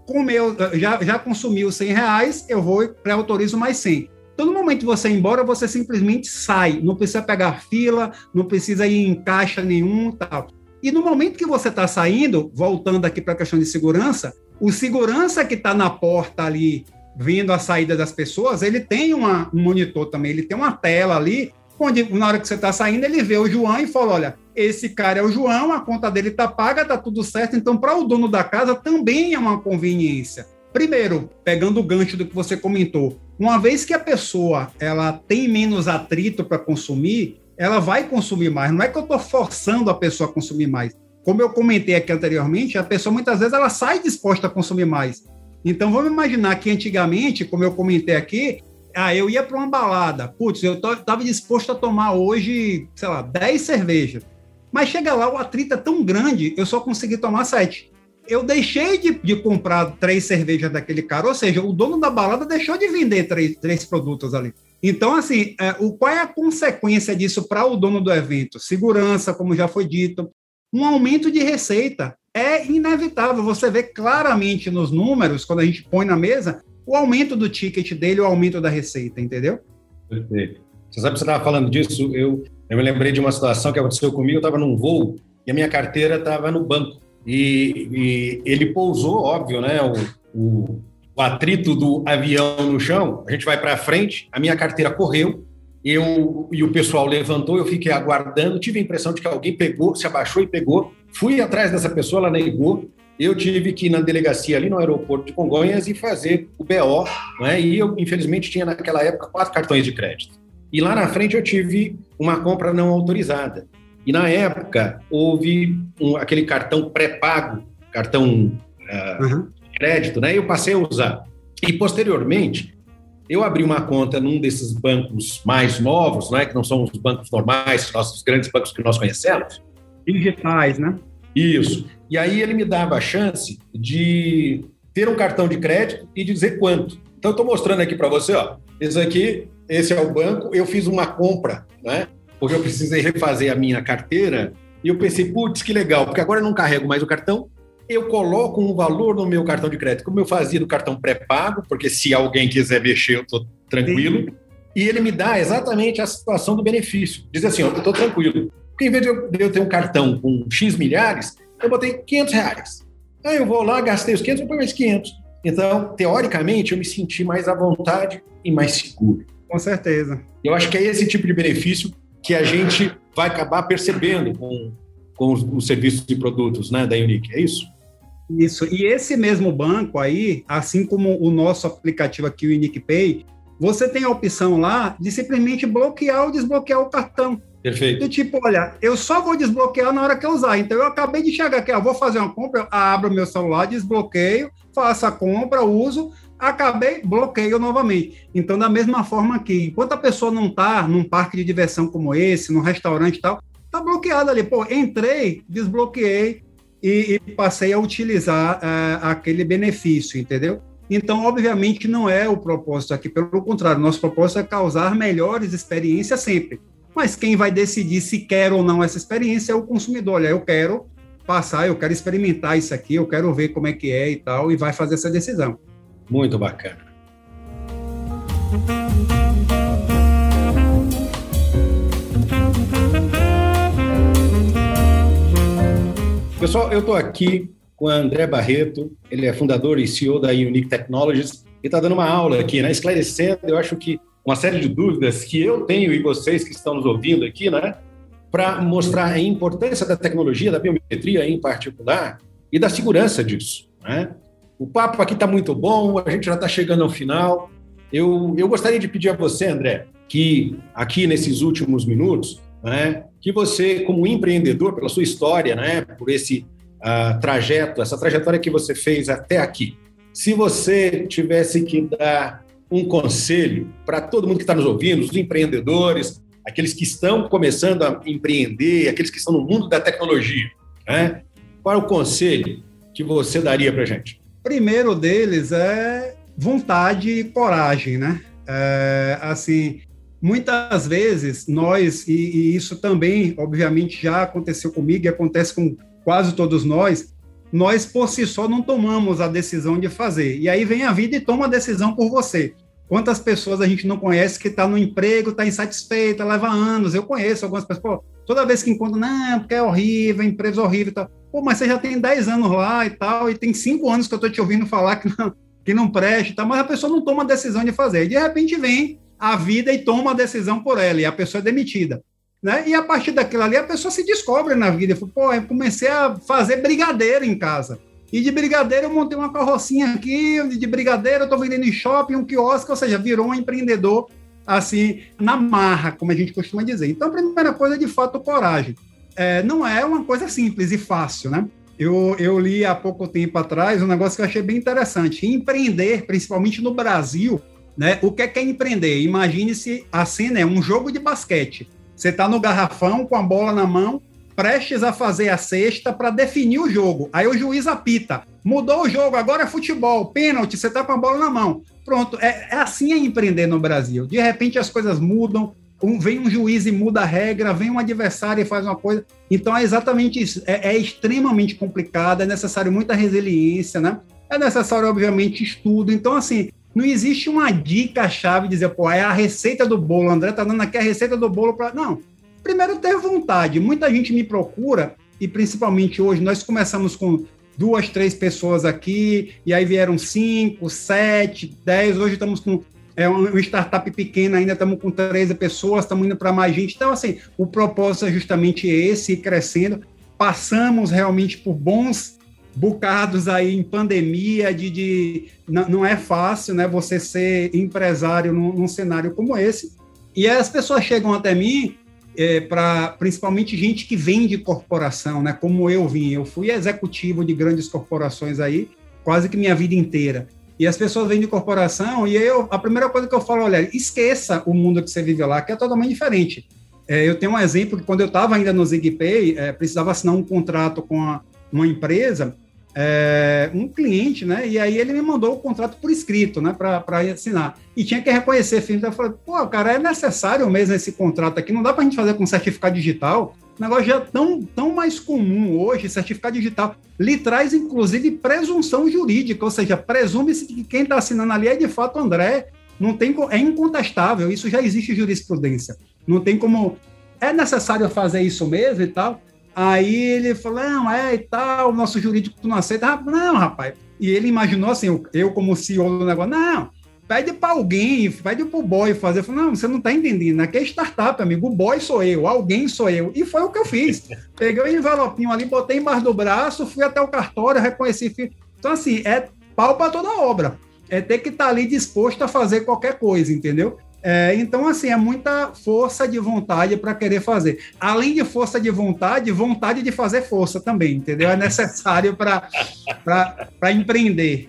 comeu, já, já consumiu cem reais, eu vou e pré-autorizo mais cem. Então, no momento que você ir embora, você simplesmente sai, não precisa pegar fila, não precisa ir em caixa nenhum, tal. E no momento que você está saindo, voltando aqui para a questão de segurança, o segurança que está na porta ali, vendo a saída das pessoas, ele tem uma, um monitor também, ele tem uma tela ali, onde na hora que você está saindo, ele vê o João e fala, olha, esse cara é o João, a conta dele está paga, está tudo certo, então para o dono da casa também é uma conveniência. Primeiro, pegando o gancho do que você comentou, uma vez que a pessoa ela tem menos atrito para consumir, ela vai consumir mais. Não é que eu estou forçando a pessoa a consumir mais. Como eu comentei aqui anteriormente, a pessoa muitas vezes ela sai disposta a consumir mais. Então, vamos imaginar que antigamente, como eu comentei aqui, ah, eu ia para uma balada, putz, eu estava disposto a tomar hoje, sei lá, dez cervejas. Mas chega lá, o atrito é tão grande, eu só consegui tomar sete. Eu deixei de, de comprar três cervejas daquele cara, ou seja, o dono da balada deixou de vender três, três produtos ali. Então, assim, é, o, qual é a consequência disso para o dono do evento? Segurança, como já foi dito, um aumento de receita. É inevitável, você vê claramente nos números, quando a gente põe na mesa, o aumento do ticket dele, o aumento da receita, entendeu? Perfeito. Você sabe que você estava falando disso, eu, eu me lembrei de uma situação que aconteceu comigo, eu estava num voo e a minha carteira estava no banco. E, e ele pousou, óbvio, né? O, o, o atrito do avião no chão, a gente vai para frente, a minha carteira correu, eu, e o pessoal levantou, eu fiquei aguardando, tive a impressão de que alguém pegou, se abaixou e pegou, fui atrás dessa pessoa, ela negou, eu tive que ir na delegacia ali no aeroporto de Congonhas e fazer o B O, né? E eu, infelizmente, tinha naquela época quatro cartões de crédito. E lá na frente eu tive uma compra não autorizada. E, na época, houve um, aquele cartão pré-pago, cartão uh, uhum. de crédito, né? Eu passei a usar. E, posteriormente, eu abri uma conta num desses bancos mais novos, né? Que não são os bancos normais, nossos grandes bancos que nós conhecemos. Digitais, né? Isso. E aí ele me dava a chance de ter um cartão de crédito e dizer quanto. Então, eu estou mostrando aqui para você, ó. Esse aqui, esse é o banco. Eu fiz uma compra, né? Porque eu precisei refazer a minha carteira, e eu pensei, putz, que legal, porque agora eu não carrego mais o cartão, eu coloco um valor no meu cartão de crédito, como eu fazia no cartão pré-pago, porque se alguém quiser mexer, eu estou tranquilo, Sim. E ele me dá exatamente a situação do benefício. Diz assim, ó, eu estou tranquilo, porque em vez de eu, de eu ter um cartão com X milhares, eu botei quinhentos reais. Aí eu vou lá, gastei os quinhentos, eu ponho mais quinhentos. Então, teoricamente, eu me senti mais à vontade e mais seguro. Com certeza. Eu acho que é esse tipo de benefício que a gente vai acabar percebendo com, com os, os serviços e produtos, né, da Unique, é isso? Isso, e esse mesmo banco aí, assim como o nosso aplicativo aqui, o Unique Pay, você tem a opção lá de simplesmente bloquear ou desbloquear o cartão. Perfeito. Do tipo, olha, eu só vou desbloquear na hora que eu usar, então eu acabei de chegar aqui, ó, vou fazer uma compra, eu abro meu celular, desbloqueio, faço a compra, uso, acabei, bloqueio novamente. Então, da mesma forma aqui, enquanto a pessoa não está num parque de diversão como esse, num restaurante e tal, está bloqueado ali. Pô, entrei, desbloqueei e, e passei a utilizar uh, aquele benefício, entendeu? Então, obviamente, não é o propósito aqui. Pelo contrário, nosso propósito é causar melhores experiências sempre. Mas quem vai decidir se quer ou não essa experiência é o consumidor. Olha, eu quero passar, eu quero experimentar isso aqui, eu quero ver como é que é e tal, e vai fazer essa decisão. Muito bacana. Pessoal, eu estou aqui com o André Barreto, ele é fundador e C E O da Unique Technologies, e está dando uma aula aqui, né, esclarecendo, eu acho que uma série de dúvidas que eu tenho e vocês que estão nos ouvindo aqui, né, para mostrar a importância da tecnologia, da biometria em particular, e da segurança disso, né? O papo aqui está muito bom, a gente já está chegando ao final. Eu, eu gostaria de pedir a você, André, que aqui nesses últimos minutos, né, que você, como empreendedor, pela sua história, né, por esse uh, trajeto, essa trajetória que você fez até aqui, se você tivesse que dar um conselho para todo mundo que está nos ouvindo, os empreendedores, aqueles que estão começando a empreender, aqueles que estão no mundo da tecnologia, né, qual é o conselho que você daria para a gente? Primeiro deles é vontade e coragem, né? É, assim, muitas vezes nós, e, e isso também, obviamente, já aconteceu comigo e acontece com quase todos nós, nós por si só não tomamos a decisão de fazer. E aí vem a vida e toma a decisão por você. Quantas pessoas a gente não conhece que está no emprego, está insatisfeita, leva anos. Eu conheço algumas pessoas, pô, toda vez que encontro, não, porque é horrível, a empresa é horrível e tal. Pô, mas você já tem dez anos lá e tal, e tem cinco anos que eu estou te ouvindo falar que não, que não presta e tal, mas a pessoa não toma a decisão de fazer. E de repente vem a vida e toma a decisão por ela, e a pessoa é demitida. Né? E a partir daquilo ali, a pessoa se descobre na vida. Eu falo, pô, eu comecei a fazer brigadeiro em casa. E de brigadeiro eu montei uma carrocinha aqui, de brigadeiro eu estou vendendo em shopping, um quiosque, ou seja, virou um empreendedor, assim, na marra, como a gente costuma dizer. Então, a primeira coisa, de fato, coragem. É, não é uma coisa simples e fácil, né? Eu, eu li há pouco tempo atrás um negócio que eu achei bem interessante. Empreender, principalmente no Brasil, né? O que é, que é empreender? Imagine-se a cena é um jogo de basquete. Você está no garrafão com a bola na mão, prestes a fazer a cesta para definir o jogo. Aí o juiz apita. Mudou o jogo, agora é futebol, pênalti, você está com a bola na mão. Pronto, é, é assim é empreender no Brasil. De repente as coisas mudam, um, vem um juiz e muda a regra, vem um adversário e faz uma coisa. Então é exatamente isso. É, é extremamente complicado, é necessário muita resiliência, né? É necessário, obviamente, estudo. Então, assim, não existe uma dica-chave de dizer, pô, é a receita do bolo, o André está dando aqui a receita do bolo para... Não. Primeiro, ter vontade. Muita gente me procura, e principalmente hoje, nós começamos com duas, três pessoas aqui, e aí vieram cinco, sete, dez, hoje estamos com é, uma startup pequena, ainda estamos com treze pessoas, estamos indo para mais gente. Então, assim, o propósito é justamente esse, ir crescendo. Passamos realmente por bons bocados aí em pandemia, de, de não, não é fácil, né, você ser empresário num, num cenário como esse. E aí as pessoas chegam até mim, É, para principalmente gente que vem de corporação, né? Como eu vim, eu fui executivo de grandes corporações aí, quase que minha vida inteira. E as pessoas vêm de corporação e eu, a primeira coisa que eu falo, olha, esqueça o mundo que você vive lá, que é totalmente diferente. É, eu tenho um exemplo que quando eu estava ainda no ZigPay, é, precisava assinar um contrato com a, uma empresa, é, um cliente, né? E aí ele me mandou o contrato por escrito, né? Para assinar. E tinha que reconhecer, filho. Então eu falei, pô, cara, é necessário mesmo esse contrato aqui. Não dá para a gente fazer com certificado digital. O negócio já é tão, tão mais comum hoje, certificado digital. Lhe traz, inclusive, presunção jurídica, ou seja, presume-se que quem está assinando ali é de fato André. Não tem, é incontestável. Isso já existe jurisprudência. Não tem como... É necessário fazer isso mesmo e tal. Aí ele falou, não, é e tal, o nosso jurídico tu não aceita. Ah, não, rapaz. E ele imaginou assim, eu, eu como C E O do negócio, não, pede para alguém, pede para o boy fazer. Eu falei, não, você não está entendendo, aqui é startup, amigo, o boy sou eu, alguém sou eu. E foi o que eu fiz. Peguei o envelopinho ali, botei embaixo do braço, fui até o cartório, reconheci. Então, assim, é pau para toda obra. É ter que estar tá ali disposto a fazer qualquer coisa, entendeu? É, então, assim, é muita força de vontade para querer fazer. Além de força de vontade, vontade de fazer força também, entendeu? É necessário para empreender.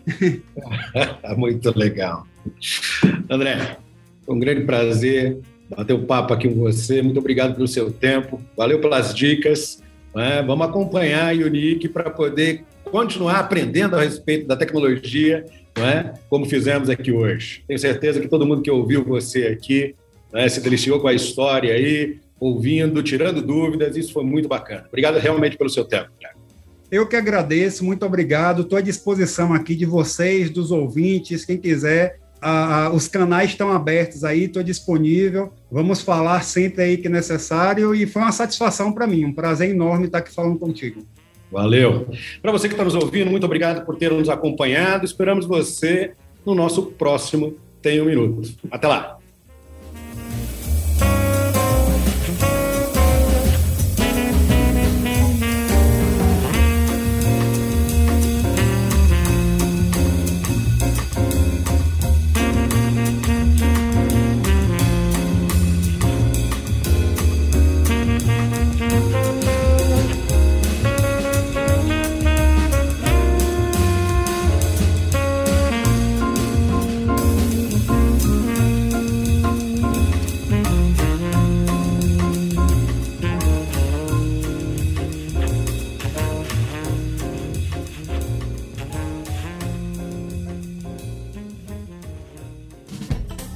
Muito legal. André, foi um grande prazer bater o papo aqui com você. Muito obrigado pelo seu tempo. Valeu pelas dicas. Né? Vamos acompanhar a Unique para poder continuar aprendendo a respeito da tecnologia, não é? Como fizemos aqui hoje. Tenho certeza que todo mundo que ouviu você aqui, né, se deliciou com a história aí, ouvindo, tirando dúvidas, isso foi muito bacana. Obrigado realmente pelo seu tempo, cara. Eu que agradeço, muito obrigado. Estou à disposição aqui de vocês, dos ouvintes, quem quiser. Ah, os canais estão abertos aí, estou disponível. Vamos falar sempre aí que é necessário e foi uma satisfação para mim, um prazer enorme estar aqui falando contigo. Valeu. Para você que está nos ouvindo, muito obrigado por ter nos acompanhado. Esperamos você no nosso próximo Tem um Minuto. Até lá.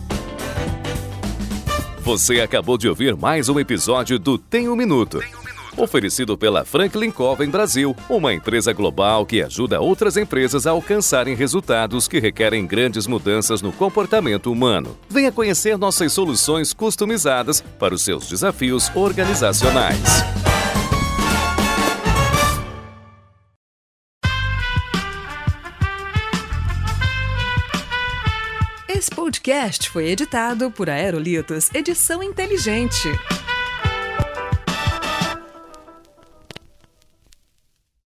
Você acabou de ouvir mais um episódio do Tem um Minuto. Oferecido pela Franklin Covey Brasil, uma empresa global que ajuda outras empresas a alcançarem resultados que requerem grandes mudanças no comportamento humano. Venha conhecer nossas soluções customizadas para os seus desafios organizacionais. Esse podcast foi editado por Aerolitos Edição Inteligente.